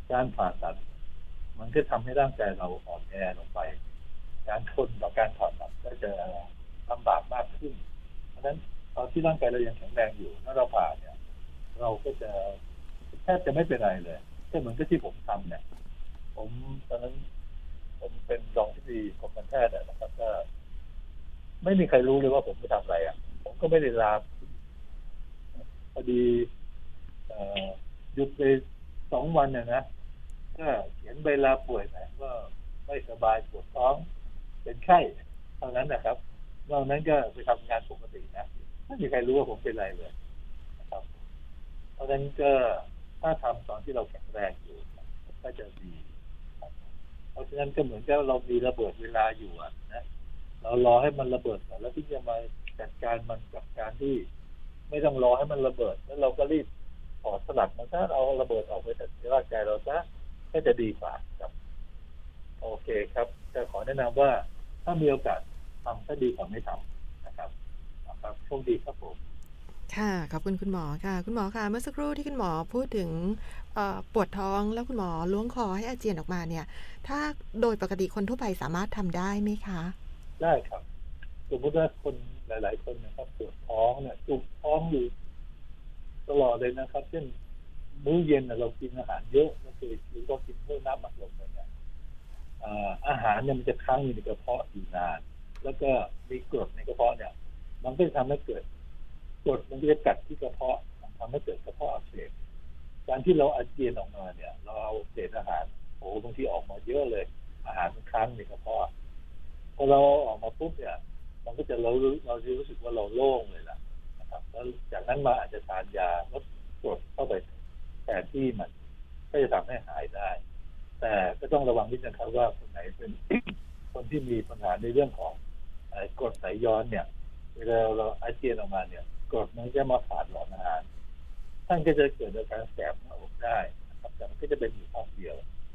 การผ่าตัดมันก็ทำให้ร่างกายเราอ่อนแอลงไปการทนต่อการผ่าตัดก็จะลำบากมากขึ้นเพราะฉะนั้นตอนที่ร่างกายเรายังแข็งแรงอยู่ถ้าเราผ่าเนี่ยเราก็จะแทบจะไม่เป็นไรเลยแค่เหมือนกับที่ผมทำเนี่ยผมตอนนั้นผมเป็นรองที่ดีกรมการแพทย์นะครับก็ไม่มีใครรู้เลยว่าผมไปทำอะไรผมก็ไม่ได้ลาพอดีหยุดไป2 วันนะก็เขียนใบลาป่วยนะว่าไม่สบายปวดท้องเป็นไข้เท่านั้นนะครับนอกนั้นก็ไปทำงานปกตินะไม่มีใครรู้ว่าผมเป็นอะไรเลยนะครับเพราะฉะนั้นก็ถ้าทำตอนที่เราแข็งแรงอยู่ก็จะดีเพราะฉะนั้นก็เหมือนกับเรามีระเบิดเวลาอยู่นะเรารอให้มันระเบิดก่อนแล้วที่จะมาจัดการมันกับการที่ไม่ต้องรอให้มันระเบิดแล้วเราก็รีบถอดสลัดมันซะเอาระเบิดออกไปจากร่างกายเราซะก็จะดีกว่าครับโอเคครับจะขอแนะนำว่าถ้ามีโอกาสทำก็ดีกว่าไม่ทำนะครับครับโชคดีครับผมค่ะขอบคุณคุณหมอค่ะคุณหมอค่ะเมื่อสักครู่ที่คุณหมอพูดถึงปวดท้องแล้วคุณหมอล้วงคอให้อาเจียนออกมาเนี่ยถ้าโดยปกติคนทั่วไปสามารถทำได้ไหมคะได้ครับสมมติว่าคนหลายๆคนนะครับปวดท้องเนี่ยจุกท้องอยู่ตลอดเลยนะครับเช่นมื้อเย็นเรากินอาหารเยอะก็คือเรากินเพิ่มน้ำหมักลงไปเนี่ยอาหารเนี่ยมันจะค้างอยู่ในกระเพาะอยู่นานแล้วก็มีกรดในกระเพาะเนี่ยมันก็จะทำให้เกิดกรดมันจะกัดที่กระเพาะทำให้เกิดกระเพาะอักเสบการที่เราอาเจียนออกมาเนี่ยเราเอาเศษอาหารบางทีออกมาเยอะเลยอาหารมันค้างในกระเพาะพอเราออกมาปุ๊บเนี่ยมันก็จะเราจะรู้สึกว่าเราโล่งเลยล่ะนะครับแล้วจากนั้นมาอาจจะทานยาลดกรดเข้าไปแทนที่มันก็จะทำให้หายได้แต่ก็ต้องระวังนิดนึงครับว่าคนไหนเป็น คนที่มีปัญหาในเรื่องของกรดไหลย้อนเนี่ยเวลาเราอาเจียนออกมาเนี่ยกรดมันจะมาผ่านหลอดอาหารท่านก็จะเกิดอาการแสบหน้าอกได้นะครับแต่มันก็จะเป็นอยู่ข้างเดียว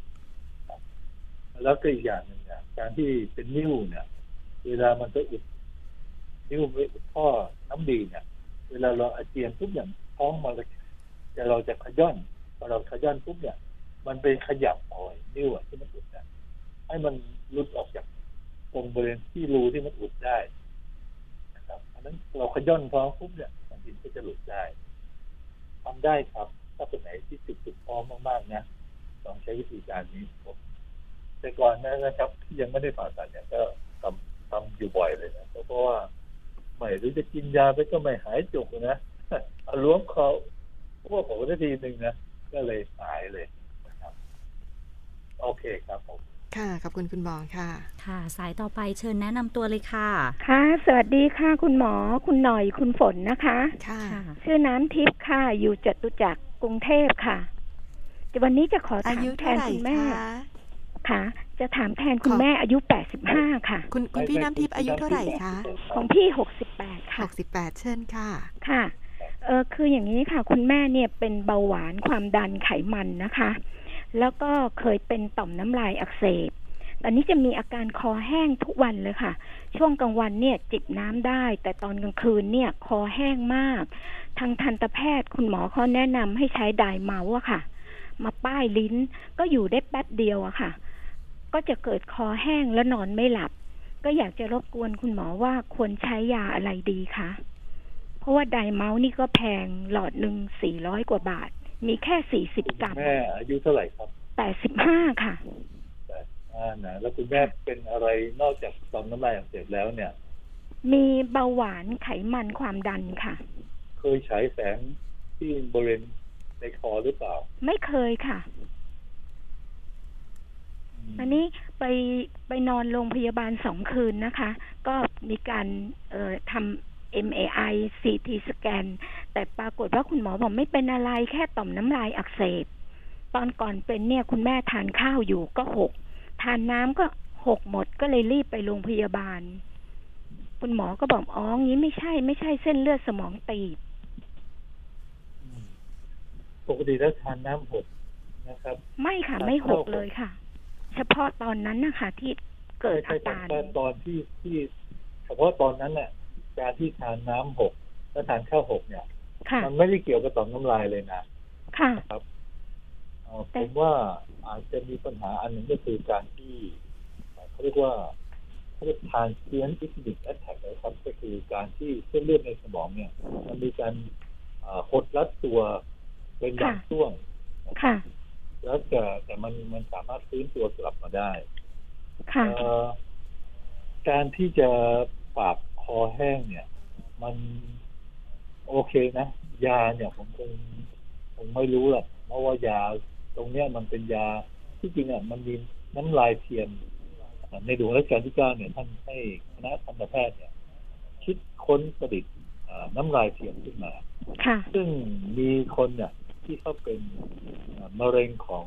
แล้วก็อีกอย่างหนึ่งเนี่ยการที่เป็นนิ่วเนี่ยเวลามันจะอุดนิ่วไม่อุดท่อน้ำดีเนี่ยเวลาเราอาเจียนทุกอย่างท้องมันเราจะขย้อนพอเราขย้อนปุ๊บเนี่ยมันไปขยับปล่อยนิ่วที่มันอุดเนี่ยให้มันหลุดออกจากตรงบริเวณที่รูที่มันอุดได้นะครับอันนั้นเราขย้อนท้องปุ๊บเนี่ยมันก็จะหลุดได้ทำได้ครับถ้าคนไหนที่จุดท้องมากๆนะลองใช้วิธีการนี้แต่ก่อนนะครับที่ยังไม่ได้ผ่าตัดเนี่ยก็ทำอยู่บ่อยเลยนะเพราะว่าไม่รู้จะกินยาไปก็ไม่หายจุกนะเอาล้วงคอพวกผมได้ทีนึงนะก็เลยหายเลยนะครับโอเคครับผมค่ะขอบคุณคุณหมอค่ะค่ะสายต่อไปเชิญแนะนำตัวเลยค่ะค่ะสวัสดีค่ะคุณหมอคุณหน่อยคุณฝนนะคะค่ะชื่อน้ำทิพย์ค่ะอยู่จตุจักรกรุงเทพค่ะวันนี้จะขอถามแทนคุณแม่ค่ะจะถามแทนคุณแม่อายุ85ค่ะคุณพี่น้ำทิพย์อายุเท่าไหร่คะของพี่68ค่ะ 68เชิญค่ะค่ะคืออย่างนี้ค่ะคุณแม่เนี่ยเป็นเบาหวานความดันไขมันนะคะแล้วก็เคยเป็นต่อมน้ำลายอักเสบตอนนี้จะมีอาการคอแห้งทุกวันเลยค่ะช่วงกลางวันเนี่ยจิบน้ำได้แต่ตอนกลางคืนเนี่ยคอแห้งมากทางทันตแพทย์คุณหมอเขาแนะนำให้ใช้ไดเมาส์ค่ะมาป้ายลิ้นก็อยู่ได้แป๊บเดียวอะค่ะก็จะเกิดคอแห้งและนอนไม่หลับก็อยากจะรบกวนคุณหมอว่าควรใช้ยาอะไรดีคะเพราะว่าไดเมาส์นี่ก็แพงหลอดหนึ่ง400 กว่าบาทมีแค่40 กรัมแม่อายุเท่าไหร่ครับ 85ค่ะนะแล้วคุณแม่เป็นอะไรนอกจากต่อมน้ำลายอักเสบแล้วเนี่ยมีเบาหวานไขมันความดันค่ะเคยฉายแสงที่บริเวณในคอหรือเปล่าไม่เคยค่ะอันนี้ไปนอนโรงพยาบาล2 คืนนะคะก็มีการทำMRI CT สแกนแต่ปรากฏว่าคุณหมอบอกไม่เป็นอะไรแค่ต่อมน้ำลายอักเสบตอนก่อนเป็นเนี่ยคุณแม่ทานข้าวอยู่ก็หกทานน้ำก็หกหมดก็เลยรีบไปโรงพยาบาลคุณหมอก็บอกอ๋องี้ไม่ใช่เส้นเลือดสมองตีบปกติแล้วทานน้ำหกนะครับไม่ค่ะไม่หกเลยค่ะเฉพาะตอนนั้นนะคะที่เกิดอาการตอนที่เฉพาะตอนนั้นแหละการที่ทานน้ำหกและทานข้าวหกเนี่ยมันไม่ได้เกี่ยวกับต่อมน้ำลายเลยนะค่ะครับผมว่าอาจจะมีปัญหาอันหนึ่งก็คือการที่เขาเรียกว่าtransient ischemic attack นะครับก็คือการที่เส้นเลือดในสมองเนี่ยมันมีการหดรัดตัวเป็นบางช่วงแล้วแต่มันสามารถฟื้นตัวกลับมาได้การที่จะปราบคอแห้งเนี่ยมันโอเคนะยาเนี่ยผมคงไม่รู้หรอกเพราะว่ายาตรงเนี้ยมันเป็นยาที่จริงอ่ะมันมีน้ำลายเทียมในหลวงรัชกาลที่9เนี่ยท่านให้คณะทันตแพทย์เนี่ยคิดค้นประดิษฐ์น้ำลายเทียมขึ้นมาซึ่งมีคนเนี่ยที่เขาเป็นมะเร็งของ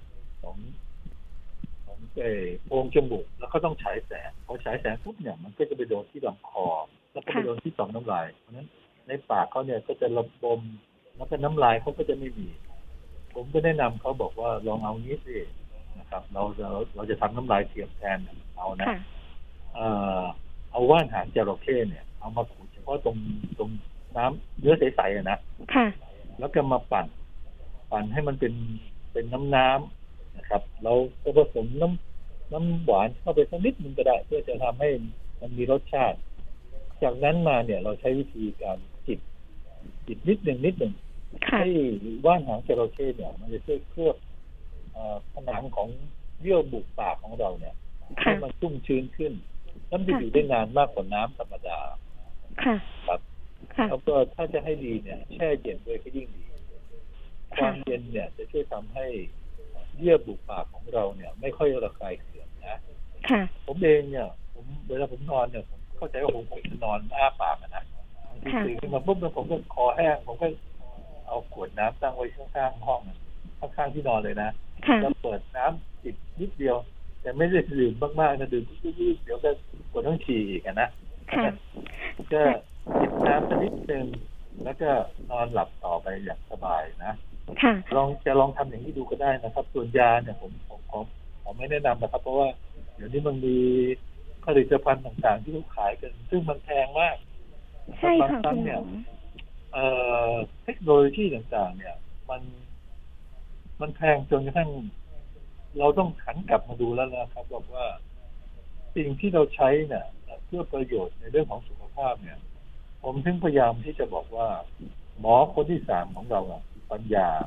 โพรงจมูกแล้วก็ต้องฉายแสงพอฉายแสงปุ๊บเนี่ยมันก็จะไปโดนที่ลำคอแล้วก็ไปโดนที่ต่อมน้ำลายเพราะฉะนั้นในปากเขาเนี่ยก็จะระบมแล้วก็น้ำลายเขาก็จะไม่มีผมก็แนะนำเขาบอกว่าลองเอางี้สินะครับเราจะทำน้ำลายเทียมแทนเอานะเอาว่านหางจระเข้เนี่ยเอามาขูดเฉพาะตรงน้ำเนื้อใสๆนะแล้วก็มาปั่นให้มันเป็นน้ำนะครับเราก็ผสมน้ำหวานเข้าไปสักนิดนึงก็ได้เพื่อจะทำให้มันมีรสชาติจากนั้นมาเนี่ยเราใช้วิธีการจิบนิดหนึ่งให้ว่านหางจระเข้เนี่ยมันจะช่วยเคลือบผนังของเยื่อบุปากของเราเนี่ยให้มันชุ่มชื้นขึ้นน้ำจะอยู่ได้นานมากกว่าน้ำธรรมดาครับแล้วก็ถ้าจะให้ดีเนี่ยแช่เย็นด้วยก็ยิ่งดีความเย็นเนี่ยจะช่วยทำให้เยื่อบุปากของเราเนี่ยไม่ค่อยระคายเคืองนะผมเองเนี่ยเวลาผมนอนเนี่ยผมเข้าใจว่าผมจะนอนอ้าปากนะตื่นขึ้นมาปุ๊บแล้วผมก็คอแห้งผมก็เอาขวดน้ำตั้งไว้ข้างๆห้องข้างๆที่นอนเลยนะแล้วเปิดน้ำจิบนิดเดียวแต่ไม่ได้ดื่มมากๆนะดื่มยืดๆเดี๋ยวก็ปวดท้องฉี่อีกนะก็จิบน้ำสักนิดนึงแล้วก็นอนหลับต่อไปอย่างสบายนะลองทำอย่างนี้ดูก็ได้นะครับส่วนยาเนี่ยผมไม่แนะนำนะครับเพราะว่าเดี๋ยวนี้มันมีผลิตภัณฑ์ต่างๆที่เขาขายกันซึ่งมันแพงมากใช่ค่ะคุณหมอเทคโนโลยีต่างๆเนี่ยมันแพงจนกระทั่งเราต้องหันกลับมาดูแล้วนะครับบอกว่าสิ่งที่เราใช้เนี่ยเพื่อประโยชน์ในเรื่องของสุขภาพเนี่ยผมถึงพยายามที่จะบอกว่าหมอคนที่3ของเราปัญญา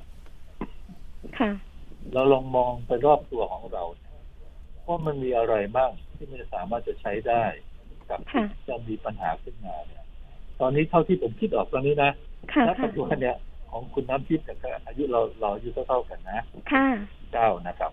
เราลองมองไปรอบตัวของเราว่ามันมีอะไรบ้างที่มันจะสามารถจะใช้ได้กับที่จะมีปัญหาขึ้นมาเนี่ยตอนนี้เท่าที่ผมคิดออกตอนนี้นะณปัจจุบันเนี่ยของคุณน้ำทิพย์กับอายุเราอายุเท่ากันนะ9นะครับ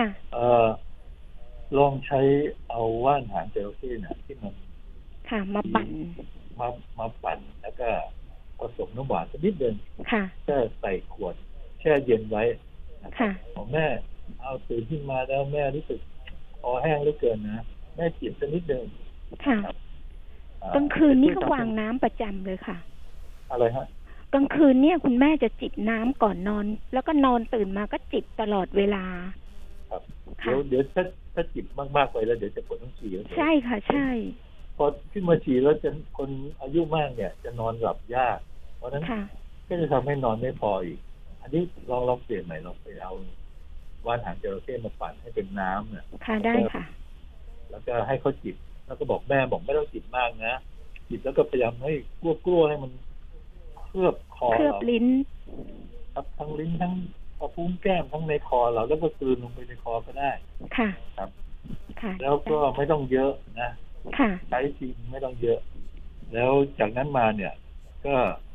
ลองใช้เอาว่านหางจระเข้เนี่ยที่มันมาปั่นมาปั่นแล้วก็ผสมน้ำหวานสักนิดเดียวก็ใส่ขวดแช่เย็นไว้ของแม่เอาตื่นขึ้นมาแล้วแม่รู้สึกคอแห้งเหลือเกินนะแม่จิบสักนิดเดียวกลางคืนนี่ก็วางน้ำประจำเลยค่ะอะไรฮะกลางคืนเนี่ยคุณแม่จะจิบน้ำก่อนนอนแล้วก็นอนตื่นมาก็จิบตลอดเวลาครับเดี๋ยวถ้าจิบมากๆไปแล้วเดี๋ยวจะปวดท้องฉี่ใช่ค่ะใช่พอขึ้นมาฉี่แล้วจะคนอายุมากเนี่ยจะนอนหลับยากเพราะนั้นก็จะทำให้นอนไม่พออีกอันนี้ลองเปลี่ยนใหม่ลองไปเอาว่านหางจระเข้มาปั่นให้เป็นน้ำเนี่ยค่ะได้ค่ะแล้วก็ให้เขาจิบแล้วก็บอกแม่บอกไม่ต้องจิบมากนะจิบแล้วก็พยายามให้กลัวให้มันเคลือบคอเราลิ้นครับทั้งลิ้นทั้งกระพุ้งแก้มทั้งในคอเราแล้วก็กลืนลงไปในคอก็ได้ค่ะครับค่ะแล้วก็ไม่ต้องเยอะนะค่ะใช้จริงไม่ต้องเยอะแล้วจากนั้นมาเนี่ยก็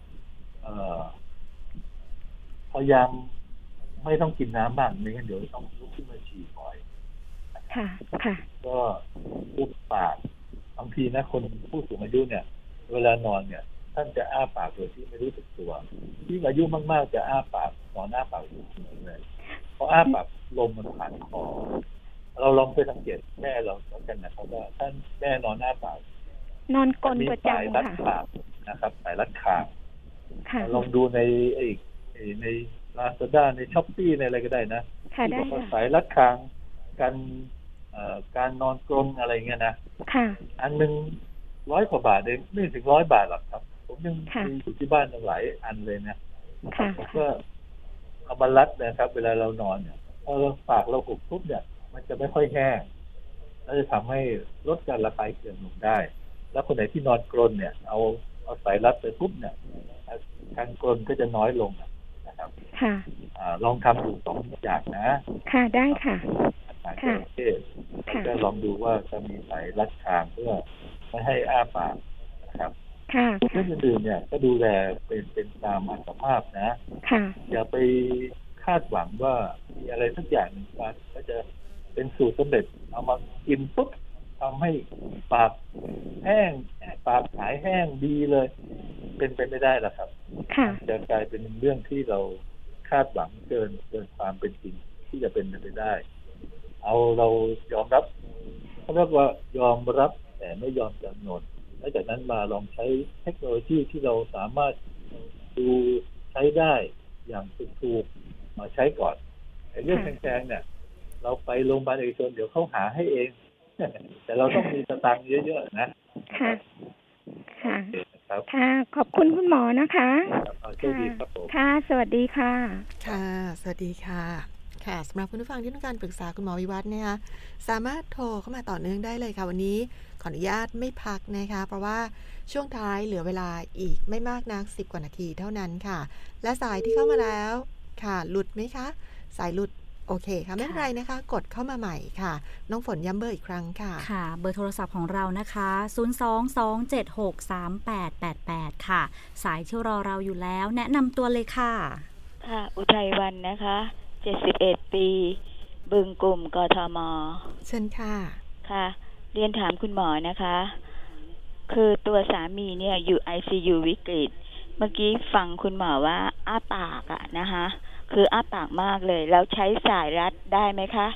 พยายามไม่ต้องกินน้ำมากไม่งั้นเดี๋ยวต้องลุกขึ้นมาฉี่บ่อยค่ะค่ะก็อุดปากบางทีนะคนผู้สูงอายุเนี่ยเวลานอนเนี่ยท่านจะอ้าปากโดยที่ไม่รู้สึกตัวยิ่งอายุมากๆจะอ้าปากนอนอ้าปากอยู่เลยเพราะอ้าปากลมมันผ่านคอเราลองไปสังเกตแม่เราแล้วกันนะครับว่าท่านแม่นอนอ้าปากนอนกลนประจำค่ะนะครับสายรัดคางลองดูในในLazada ใน Shopee ในอะไรก็ได้นะที่บอกว่าสายรัดคางการนอนกลนอะไรเงี้ยนะอันนึง100 กว่าบาทเองไม่ถึง100 บาทหรอกครับผมยังมีอยู่ที่บ้านหลายอันเลยนะผมก็เอามารัดนะครับเวลาเรานอนเนี่ยพอปากเราหุบปุ๊บเนี่ยมันจะไม่ค่อยแห้งแล้วจะทำให้ลดการระคายเคืองลงได้แล้วคนไหนที่นอนกรนเนี่ยเอาสายรัดไปปุ๊บเนี่ยการกรนก็จะน้อยลงนะครับค่ะลองทำดู2 อย่างนะค่ะได้ค่ะค่ะก็ลองดูว่าจะมีสายรัดคางเพื่อไม่ให้อ้าปากนะครับค่ะเรื่องอื่นๆเนี่ยก็ดูแลเป็นตามอัตภาพนะค่ะอย่าไปคาดหวังว่ามีอะไรสักอย่างหนึ่งก็จะเป็นสูตรสำเร็จเอามากินปุ๊บทำให้ปากแห้งปากหายแห้งดีเลยเป็นไปไม่ได้หรอกครับจะกลายเป็นเรื่องที่เราคาดหวังเกินความเป็นจริงที่จะเป็นไปได้เรายอมรับเขาเรียกว่ายอมรับแต่ไม่ยอมจำนนแล้วจากนั้นมาลองใช้เทคโนโลยีที่เราสามารถดูใช้ได้อย่างถูกๆมาใช้ก่อนเรื่องแพงๆเนี่ยเราไปโรงพยาบาลเอกชนเดี๋ยวเขาหาให้เองแต่เราต้องมีสตางค์เยอะๆนะค่ะค่ะค่ะขอบคุณคุณหมอนะคะค่ะสวัสดีค่ะค่ะสวัสดีค่ะค่ะสำหรับคุณผู้ฟังที่ต้องการปรึกษาคุณหมอวิวัฒน์นะคะสามารถโทรเข้ามาต่อเนื่องได้เลยค่ะวันนี้ขออนุญาตไม่พักนะคะเพราะว่าช่วงท้ายเหลือเวลาอีกไม่มากนัก10 กว่านาทีเท่านั้นค่ะและสายที่เข้ามาแล้วค่ะหลุดไหมคะสายหลุดโอเคค่ะไม่เป็นไรนะคะกดเข้ามาใหม่ค่ะน้องฝนย้ำเบอร์อีกครั้งค่ะค่ะเบอร์โทรศัพท์ของเรานะคะ022763888ค่ะสายที่รอเราอยู่แล้วแนะนำตัวเลยค่ะค่ะอุทัยวรรณนะคะ71 ปีบึงกลุ่มกทม. เชิญค่ะค่ะเรียนถามคุณหมอนะคะคือตัวสามีเนี่ยอยู่ ICU วิกฤตเมื่อกี้ฟังคุณหมอว่าอ้าปากอะนะคะคืออ้าปากมากเลยแล้วใช้สายรัดได้ไหมคะ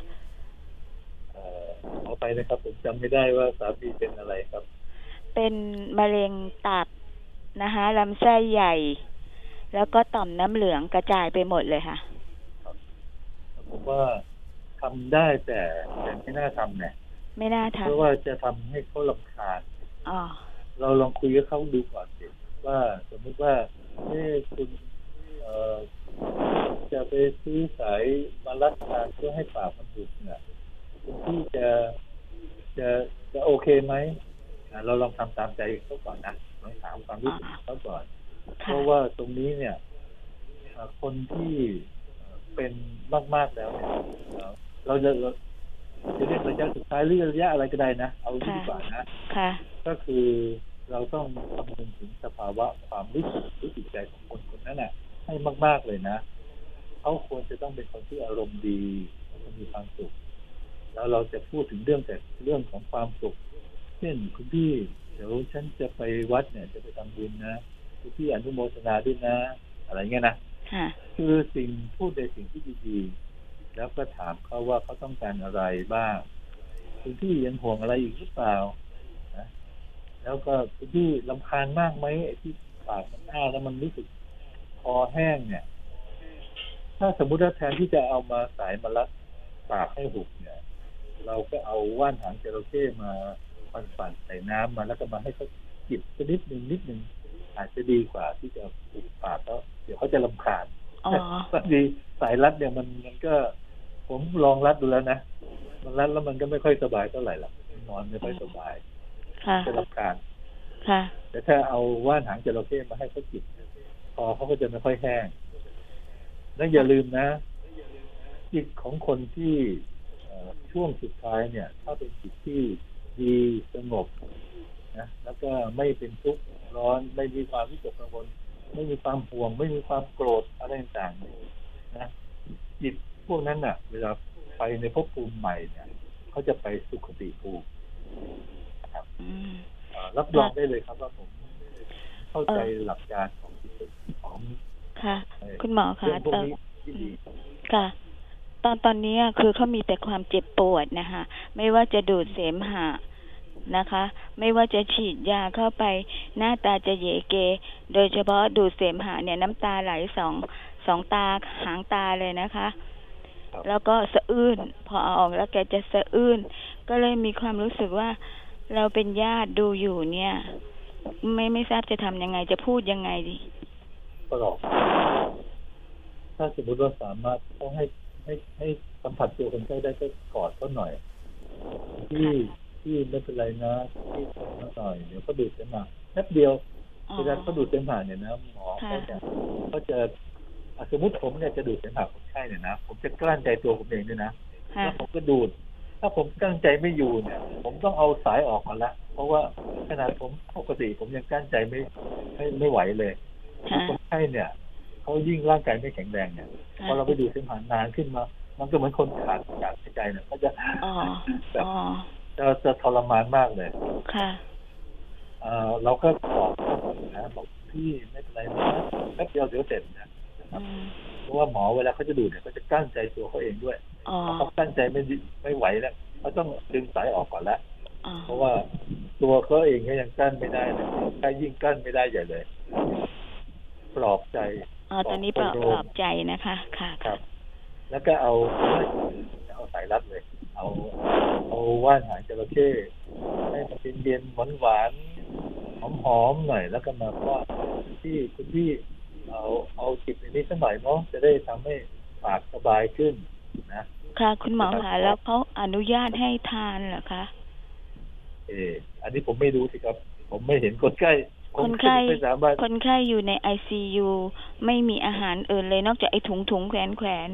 เอาไปนะครับผมจำไม่ได้ว่าสามีเป็นอะไรครับเป็นมะเร็งตับนะคะลำไส้ใหญ่แล้วก็ต่อมน้ำเหลืองกระจายไปหมดเลยค่ะผมว่าทำได้แต่ไม่น่าทำเนี่ยไม่น่าทำเพราะว่าจะทำให้เขารำคาญเราลองคุยกับเขาดูก่อนสิว่าสมมติว่าคุณจะไปซื้อสายมารัดคางเพื่อให้ปากมันหุบเนี่ยคุณที่จะโอเคไหมเราลองทำตามใจเขาก่อนนะลองถามความรู้สึกเขาก่อนเพราะว่าตรงนี้เนี่ยคนที่เป็นมากๆแล้วเนี่ยเราจะเรียกระยะสุดท้ายหรือระยะอะไรก็ได้นะเอาดีกว่านะก็คือเราต้องคำนึงถึงสภาวะความรู้สึกหรือจิตใจของคนคนนั้นน่ะให้มากๆเลยนะเขาควรจะต้องเป็นคนที่อารมณ์ดีมีความสุขแล้วเราจะพูดถึงเรื่องของความสุขเช่นคุณพี่เดี๋ยวฉันจะไปวัดเนี่ยจะไปทำบุญนะคุณพี่อนุโมทนาด้วยนะอะไรเงี้ยนะคือพูดในสิ่งที่ดีๆแล้วก็ถามเขาว่าเขาต้องการอะไรบ้างคุณพี่ยังห่วงอะไรอีกหรือเปล่านะแล้วก็คุณพี่รำคาญมากไหมไอ้ที่ปากมันอ้าแล้วมันรู้สึกคอแห้งเนี่ยถ้าสมมุติว่าแทนที่จะเอามาสายมารัดปากให้หุบเนี่ยเราก็เอาว่านหางจระเข้มาปั่นใส่น้ำมาแล้วก็มาให้เขาจิบนิดนึงอาจจะดีกว่าที่จะหุบปากแล้วเดี๋ยวเขาจะรำคาญบางทีสายรัดเนี่ยมันก็ผมลองรัดดูแล้วนะมันรัดแล้วมันก็ไม่ค่อยสบายเท่าไหร่หรอกนอนไม่ค่อยสบายจะรำคาญแต่ถ้าเอาว่านหางจระเข้มาให้เขาจิบคอเขาก็จะไม่ค่อยแห้งและอย่าลืมนะจิตของคนที่ช่วงสุดท้ายเนี่ยถ้าเป็นจิตที่ดีสงบนะแล้วก็ไม่เป็นทุกข์ร้อนไม่มีความวิตกกังวลไม่มีความห่วงไม่มีความโกรธอะไรต่างๆนะจิตพวกนั้นน่ะเวลาไปในภพภูมิใหม่เนี่ยเขาจะไปสุคติภูมิครับรับรองได้เลยครับว่าผมเข้าใจหลักการของจิตของค่ะคุณหมอคะค่ะตอนนี้คือเขามีแต่ความเจ็บปวดนะคะไม่ว่าจะดูดเสมหะนะคะไม่ว่าจะฉีดยาเข้าไปหน้าตาจะเยเกโดยเฉพาะดูดเสมหะเนี่ยน้ำตาไหลสองตาหางตาเลยนะคะแล้วก็สะอื้นพอเอาออกแล้วแกจะสะอื้นก็เลยมีความรู้สึกว่าเราเป็นญาติดูอยู่เนี่ยไม่ทราบจะทำยังไงจะพูดยังไงดีก็หรอกถ้าสมมติว่าสามารถต้องให้สัมผัสตัวคนไข้ได้ก็กอดเขาหน่อยที่ไม่เป็นไรนะที่ทำมาหน่อยเดี๋ยวเขาดูดเสมหะแป๊บเดียวเวลาเขาดูดเสมหะเนี่ยนะหมอเขาจะสมมติผมเนี่ยจะดูดเสมหะคนไข้เนี่ยนะผมจะกลั้นใจตัวผมเองด้วยนะแล้วผมก็ดูดถ้าผมกลั้นใจไม่อยู่เนี่ยผมต้องเอาสายออกก่อนละเพราะว่าขนาดผมปกติผมยังกลั้นใจไม่ไหวเลยคนไข้เนี่ยเขายิ่งร่างกายไม่แข็งแรงเนี่ยพอเราไปดูดเสมหะนานขึ้นมามันก็เหมือนคนขาดอากาศหายใจเนี่ยก็จะแบบจะทรมานมากเลยค่ะเราก็บอกนะบอกพี่ไม่เป็นไรนะแป๊บเดียวเดี๋ยวเสร็จนะครับเพราะว่าหมอเวลาเขาจะดูดเนี่ยเขาจะกั้นใจตัวเขาเองด้วยเขากั้นใจไม่ไหวแล้วเขาต้องดึงสายออกก่อนแล้วเพราะว่าตัวเขาเองก็ยังกั้นไม่ได้เลยถ้ายิ่งกั้นไม่ได้ใหญ่เลยปลอบใจตอนนี้ปลอบใจนะคะค่ะครับแล้วก็เอาสายรัดเลยเอาว่านหางจระเข้ให้มันเย็นๆหวานๆหอมๆหน่อยแล้วก็มาป้อนคุณพี่เอาจิบในนี้สักหน่อยเนาะจะได้ทำให้ปากสบายขึ้นนะค่ะคุณหมอคะแล้วเขาอนุญาตให้ทานเหรอคะอันนี้ผมไม่รู้สิครับผมไม่เห็นคนไข้อยู่ใน ICU ไม่มีอาหารอื่นเลยนอกจากไอ้ถุงแขวน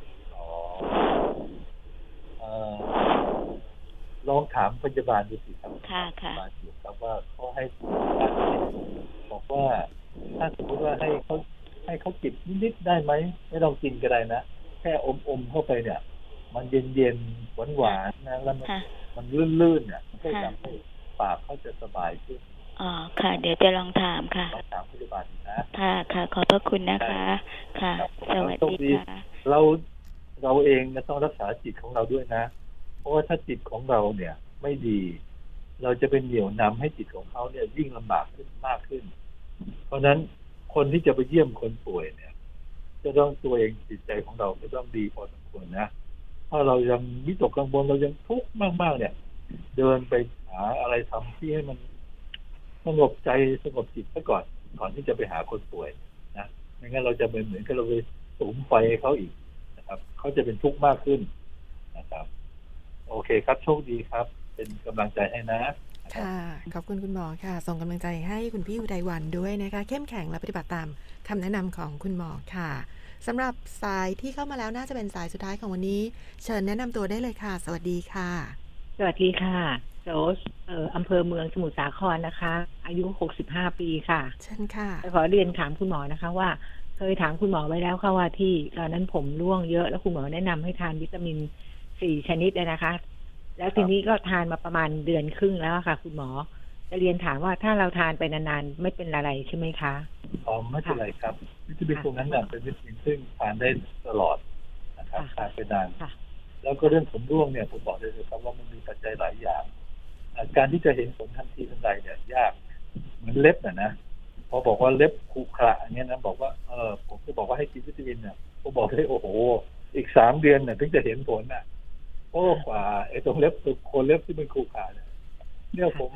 ลองถามพยาบาลดูสิครับค่ะครับว่าเขาให้บอกว่าถ้าสมมติว่าให้เขาจิบนิดๆได้ไหมไม่ต้องกินก็ได้นะแค่อมเข้าไปเนี่ยมันเย็นๆหวานๆนะแล้วมันลื่นๆเนี่ยมันก็ทำให้ปากเขาจะสบายขึ้นค่ะเดี๋ยวจะลองถามค่ะลองถามพยาบาลนะค่ะขอบพระคุณนะคะค่ะสวัสดีค่ะเราเองต้องรักษาจิตของเราด้วยนะเพราะว่าถ้าจิตของเราเนี่ยไม่ดีเราจะเป็นเหนี่ยวนำให้จิตของเขาเนี่ยยิ่งลำบากขึ้นมากขึ้นเพราะฉะนั้นคนที่จะไปเยี่ยมคนป่วยเนี่ยจะต้องตัวเองจิตใจของเราจะต้องดีพอสมควรนะถ้าเรายังวิตกกังวลเรายังทุกข์มากๆเนี่ยเดินไปหาอะไรทำที่ให้มันสงบใจสงบจิตซะก่อนที่จะไปหาคนป่วยนะไม่งั้นเราจะเหมือนกับเราไปสุมไฟให้เขาอีกนะครับเขาจะเป็นทุกข์มากขึ้นนะครับโอเคครับโชคดีครับเป็นกำลังใจให้นะค่ะขอบคุณคุณหมอค่ะส่งกำลังใจให้คุณพี่อุทัยวันด้วยนะคะเข้มแข็งและปฏิบัติตามคำแนะนำของคุณหมอค่ะสำหรับสายที่เข้ามาแล้วน่าจะเป็นสายสุดท้ายของวันนี้เชิญแนะนำตัวได้เลยค่ะสวัสดีค่ะสวัสดีค่ะโรสอำเภอเมืองสมุทรสาครนะคะอายุ65ปีค่ะเชิญค่ะขอเรียนถามคุณหมอนะคะว่าเคยถามคุณหมอไว้แล้วค่ะว่าที่ตอนนั้นผมร่วงเยอะแล้วคุณหมอแนะนำให้ทานวิตามิน4ชนิดเลยนะคะแล้วทีนี้ก็ทานมาประมาณเดือนครึ่งแล้วค่ะคุณหมอจะเรียนถามว่าถ้าเราทานไปนานๆไม่เป็นอะไรใช่ไหมคะไม่เป็นไรครับวิตามินพวกนั้นเป็นวิตามินซึ่งทานได้ตลอดนะครับทานไปนานแล้วก็เรื่องผมร่วงเนี่ยผมบอกได้เลยครับว่ามันมีปัจจัยหลายอย่างการที่จะเห็นผลทันทีทันใดเนี่ยยากเหมือนเล็บนะพอบอกว่าเล็บขรุขระอย่างเงี้ยนะบอกว่าผมจะบอกว่าให้กินวิตามินเนี่ยผมบอกได้โอ้โหอีก3 เดือนเนี่ยถึงจะเห็นผลโอ้กว่าไอ้ตรงเล็บตัวโคนเล็บที่มันขรุขระเนี่ยผม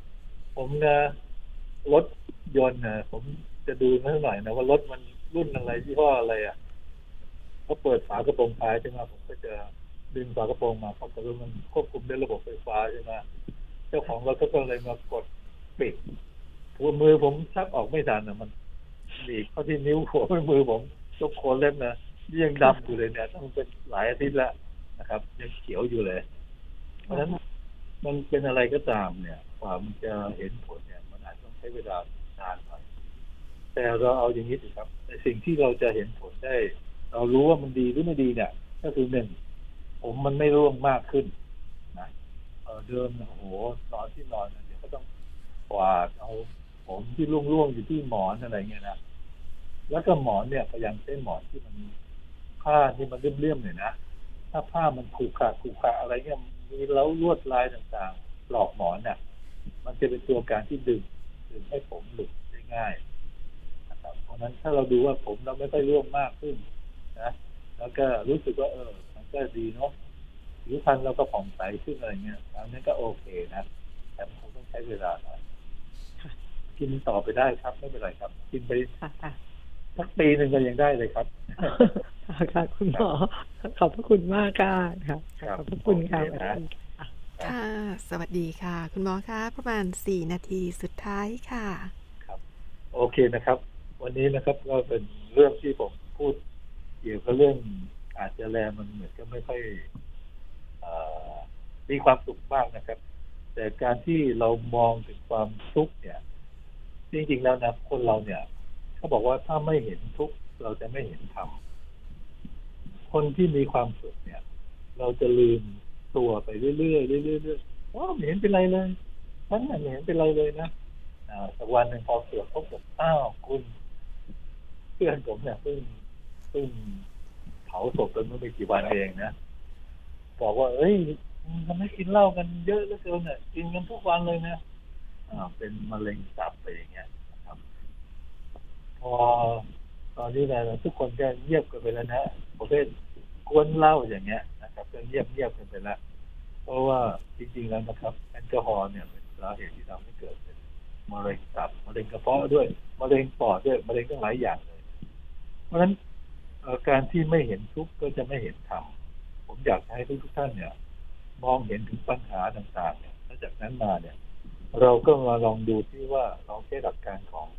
รถยนต์ผมจะดูนิดหน่อยนะว่ารถมันรุ่นอะไรยี่ห้ออะไรเขาเปิดฝากระโปรงท้ายใช่ไหมผมก็จะดึงฝากระโปรงมาเพราะว่ามันควบคุมด้วยระบบไฟฟ้าใช่ไหมเจ้าของรถก็เลยมากดปิดมือผมชักออกไม่ทันมันบีบเข้าที่นิ้วหัวมือผมยกโคนเล็บนะยังดำอยู่เลยเนี่ยต้องเป็นหลายอาทิตย์แล้วนะครับยังเขียวอยู่เลยเพราะฉะนั้นมันเป็นอะไรก็ตามเนี่ยกว่ามันจะเห็นผลเนี่ยมันอาจต้องใช้เวลานานหน่อยแต่เราเอาอย่างนี้สิครับในสิ่งที่เราจะเห็นผลได้เรารู้ว่ามันดีหรือไม่ดีเนี่ยก็คือ1ผมมันไม่ร่วงมากขึ้นนะเดิมโอ้โหนอนที่นอนเดี๋ยวก็ต้องกวาดเอาผมที่ร่วงอยู่ที่หมอนอะไรเงี้ยนะแล้วก็หมอนเนี่ยพยายามใช้หมอนที่มันผ้าที่มันเลี่ยมๆหน่อยนะถ้าผ้ามันขรุขระอะไรเงี้ยมีแล้วลวดลายต่างๆปลอกหมอนเนี่ยมันจะเป็นตัวการที่ดึงให้ผมหลุดได้ง่ายนะครับเพราะนั้นถ้าเราดูว่าผมเราไม่ค่อยร่วงมากขึ้นนะแล้วก็รู้สึกว่ามันก็ดีเนาะผิวพรรณเราก็ผ่องใสขึ้นอะไรเงี้ยอันนั้นก็โอเคนะแต่มันคงต้องใช้เวลาหน่อยกินต่อไปได้ครับไม่เป็นไรครับกินไปสักปีหนึ่งก็ยังได้เลยครับค่ะคุณหมอขอบพระคุณมากค่ะขอบพระคุณค่ะค่ะสวัสดีค่ะคุณหมอคะประมาณ4 นาทีสุดท้ายค่ะครับโอเคนะครับวันนี้นะครับก็เป็นเรื่องที่ผมพูดเกี่ยวกับเรื่องอาจจะแลมันเหมือนก็ไม่ค่อยมีความสุขมากนะครับแต่การที่เรามองถึงความทุกข์เนี่ยจริงๆแล้วนะคนเราเนี่ยเขาบอกว่าถ้าไม่เห็นทุกข์เราจะไม่เห็นธรรมคนที่มีความสุขเนี่ยเราจะลืมตัวไปเรื่อยๆเรื่อยๆไม่เห็นเป็นไรเลยฉันไม่เห็นเป็นไรเลยนะสักวันหนึ่งพอเกิดพบกับคุณเพื่อนผมเนี่ยเพิ่งเผาศพกันเมื่อไม่กี่วันเองนะบอกว่าทำไมกินเหล้ากันเยอะเหลือเกินเนี่ยกินกันทุกวันเลยนะเป็นมะเร็งตับไปอย่างเงี้ยนะครับพอตอนนี้นะทุกคนก็เงียบกันไปแล้วนะประเภทกวนเหล้าอย่างเงี้ยนะครับก็เงียบกันไปแล้วเพราะว่าจริงๆแล้วนะครับแอลกอฮอล์เนี่ยเป็นสาเหตุที่ทำให้เกิดเป็นมะเร็งตับมะเร็งกระเพาะด้วยมะเร็งปอดด้วยมะเร็งทั้งหลายอย่างเลยเพราะฉะนั้นการที่ไม่เห็นทุกข์ก็จะไม่เห็นธรรมผมอยากให้ทุกท่านเนี่ยมองเห็นถึงปัญหาต่างๆเนี่ยแล้วจากนั้นมาเนี่ยเราก็มาลองดูที่ว่าเราใช้หลักการของ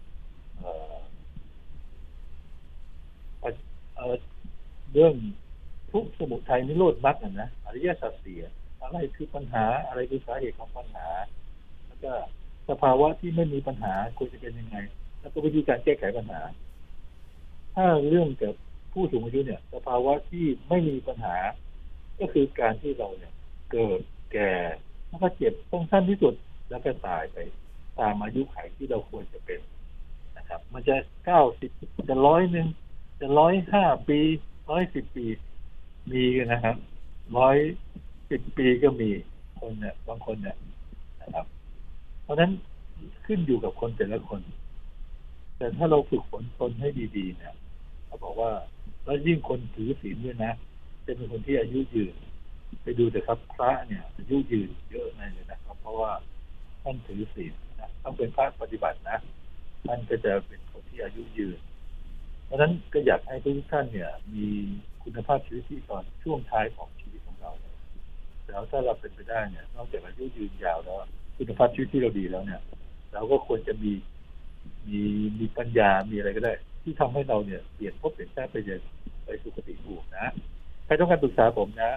เรื่องทุกข์สมุทัยนิโรธมรรคนะอริยสัจสี่อะไรคือปัญหาอะไรคือสาเหตุของปัญหาแล้วก็สภาวะที่ไม่มีปัญหาควรจะเป็นยังไงแล้วก็วิธีการแก้ไขปัญหาถ้าเรื่องกับผู้สูงอายุเนี่ยสภาวะที่ไม่มีปัญหาก็คือการที่เราเนี่ยเกิดแก่แล้วก็เจ็บต้องสั้นที่สุดแล้วก็ตายไปตามอายุขัยที่เราควรจะเป็นนะครับมันจะ90จะ100จะ105 ปี110 ปีมีกันนะครับ110 ปีก็มีคนเนี่ยบางคนเนี่ยนะครับเพราะฉะนั้นขึ้นอยู่กับคนแต่ละคนแต่ถ้าเราฝึกฝนตนให้ดีๆเนี่ยเขาบอกว่าแล้วยิ่งคนถือศีลด้วยนะจะเป็นคนที่อายุยืนไปดูแต่ครับพระเนี่ยอายุยืนเยอะเลยนะครับเพราะว่าท่านถือศีลนะต้องเป็นพระปฏิบัตินะท่านก็จะเป็นคนที่อายุยืนเพราะฉะนั้นก็อยากให้ทุกท่านเนี่ยมีคุณภาพชีวิตที่ตอนช่วงท้ายของชีวิตของเราแล้วถ้าเราเป็นไปได้เนี่ยนอกจากอายุยืนยาวแล้วคุณภาพชีวิตที่เราดีแล้วเนี่ยเราก็ควรจะมีปัญญามีอะไรก็ได้ที่ทำให้เราเนี่ยเปลี่ยนภพเปลี่ยนชาติไปสุคติภูมินะใครต้องการปรึกษาผมนะ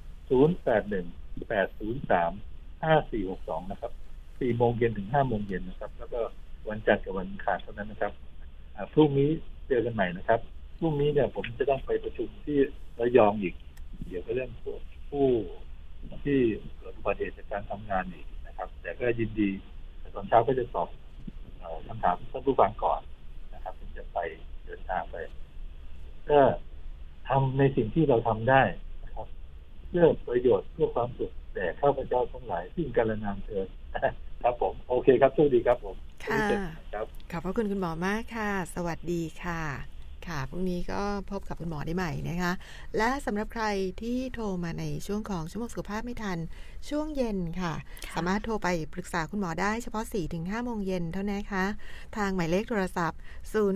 0818035462นะครับ4 โมงเย็นถึง 5 โมงเย็นนะครับแล้วก็วันจันทร์กับวันอังคารเท่านั้นนะครับพรุ่งนี้เจอกันใหม่นะครับพรุ่งนี้เนี่ยผมจะต้องไปประชุมที่ระยองอีกเกี่ยวกับเรื่องผู้ที่เกิดอุบัติเหตุจากการทำงานอีกนะครับแต่ก็ยินดีตอนเช้าก็จะตอบคำถามท่านผู้ฟังก่อนนะครับถึงจะไปเดินทางไปก็ทำในสิ่งที่เราทำได้นะครับเพื่อประโยชน์เพื่อความสุขแต่ข้าพเจ้าทั้งหลายซึ่งกาลนานเถิดครับผมโอเคครับสวัสดีครับผมค่ะขอบพระคุณคุณหมอมากค่ะสวัสดีค่ะค่ะพรุ่งนี้ก็พบกับคุณหมอได้ใหม่นะคะและสำหรับใครที่โทรมาในช่วงของชั่วโมงสุขภาพไม่ทันช่วงเย็นค่ะสามารถโทรไปปรึกษาคุณหมอได้เฉพาะ 4-5 โมงเย็นเท่านั้นนะคะทางหมายเลขโทรศัพท์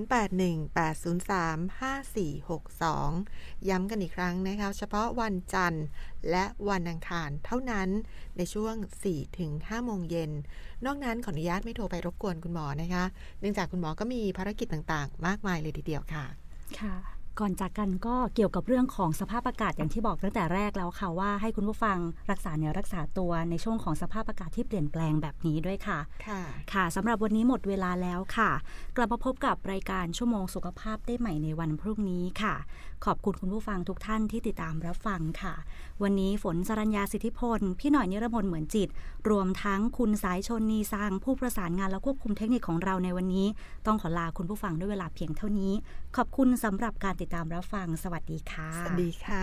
0818035462ย้ำกันอีกครั้งนะคะเฉพาะวันจันทร์และวันอังคารเท่านั้นในช่วง 4-5 โมงเย็นนอกนั้นขออนุญาตไม่โทรไปรบกวนคุณหมอนะคะเนื่องจากคุณหมอก็มีภารกิจต่างๆมากมายเลยทีเดียวค่ะค่ะก่อนจากกันก็เกี่ยวกับเรื่องของสภาพอากาศอย่างที่บอกตั้งแต่แรกแล้วค่ะว่าให้คุณผู้ฟังรักษาเนื้อรักษาตัวในช่วงของสภาพอากาศที่เปลี่ยนแปลงแบบนี้ด้วยค่ะค่ะสำหรับวันนี้หมดเวลาแล้วค่ะกลับมาพบกับรายการชั่วโมงสุขภาพได้ใหม่ในวันพรุ่งนี้ค่ะขอบคุณคุณผู้ฟังทุกท่านที่ติดตามรับฟังค่ะวันนี้ฝนสรัญญาสิทธิพลพี่หน่อยนิรมนเหมือนจิตรวมทั้งคุณสายชนนีซังผู้ประสานงานและควบคุมเทคนิคของเราในวันนี้ต้องขอลาคุณผู้ฟังด้วยเวลาเพียงเท่านี้ขอบคุณสำหรับการติดตามรับฟังสวัสดีค่ะสวัสดีค่ะ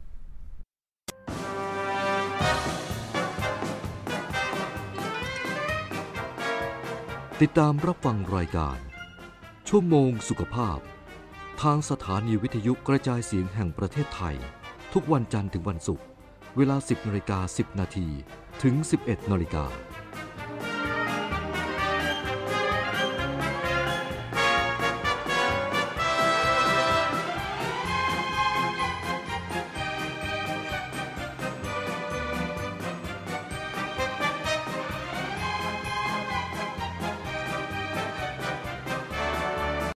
ติดตามรับฟังรายการชั่วโมงสุขภาพทางสถานีวิทยุกระจายเสียงแห่งประเทศไทยทุกวันจันทร์ถึงวันศุกร์เวลา 10:10 น.ถึง 11:00 น.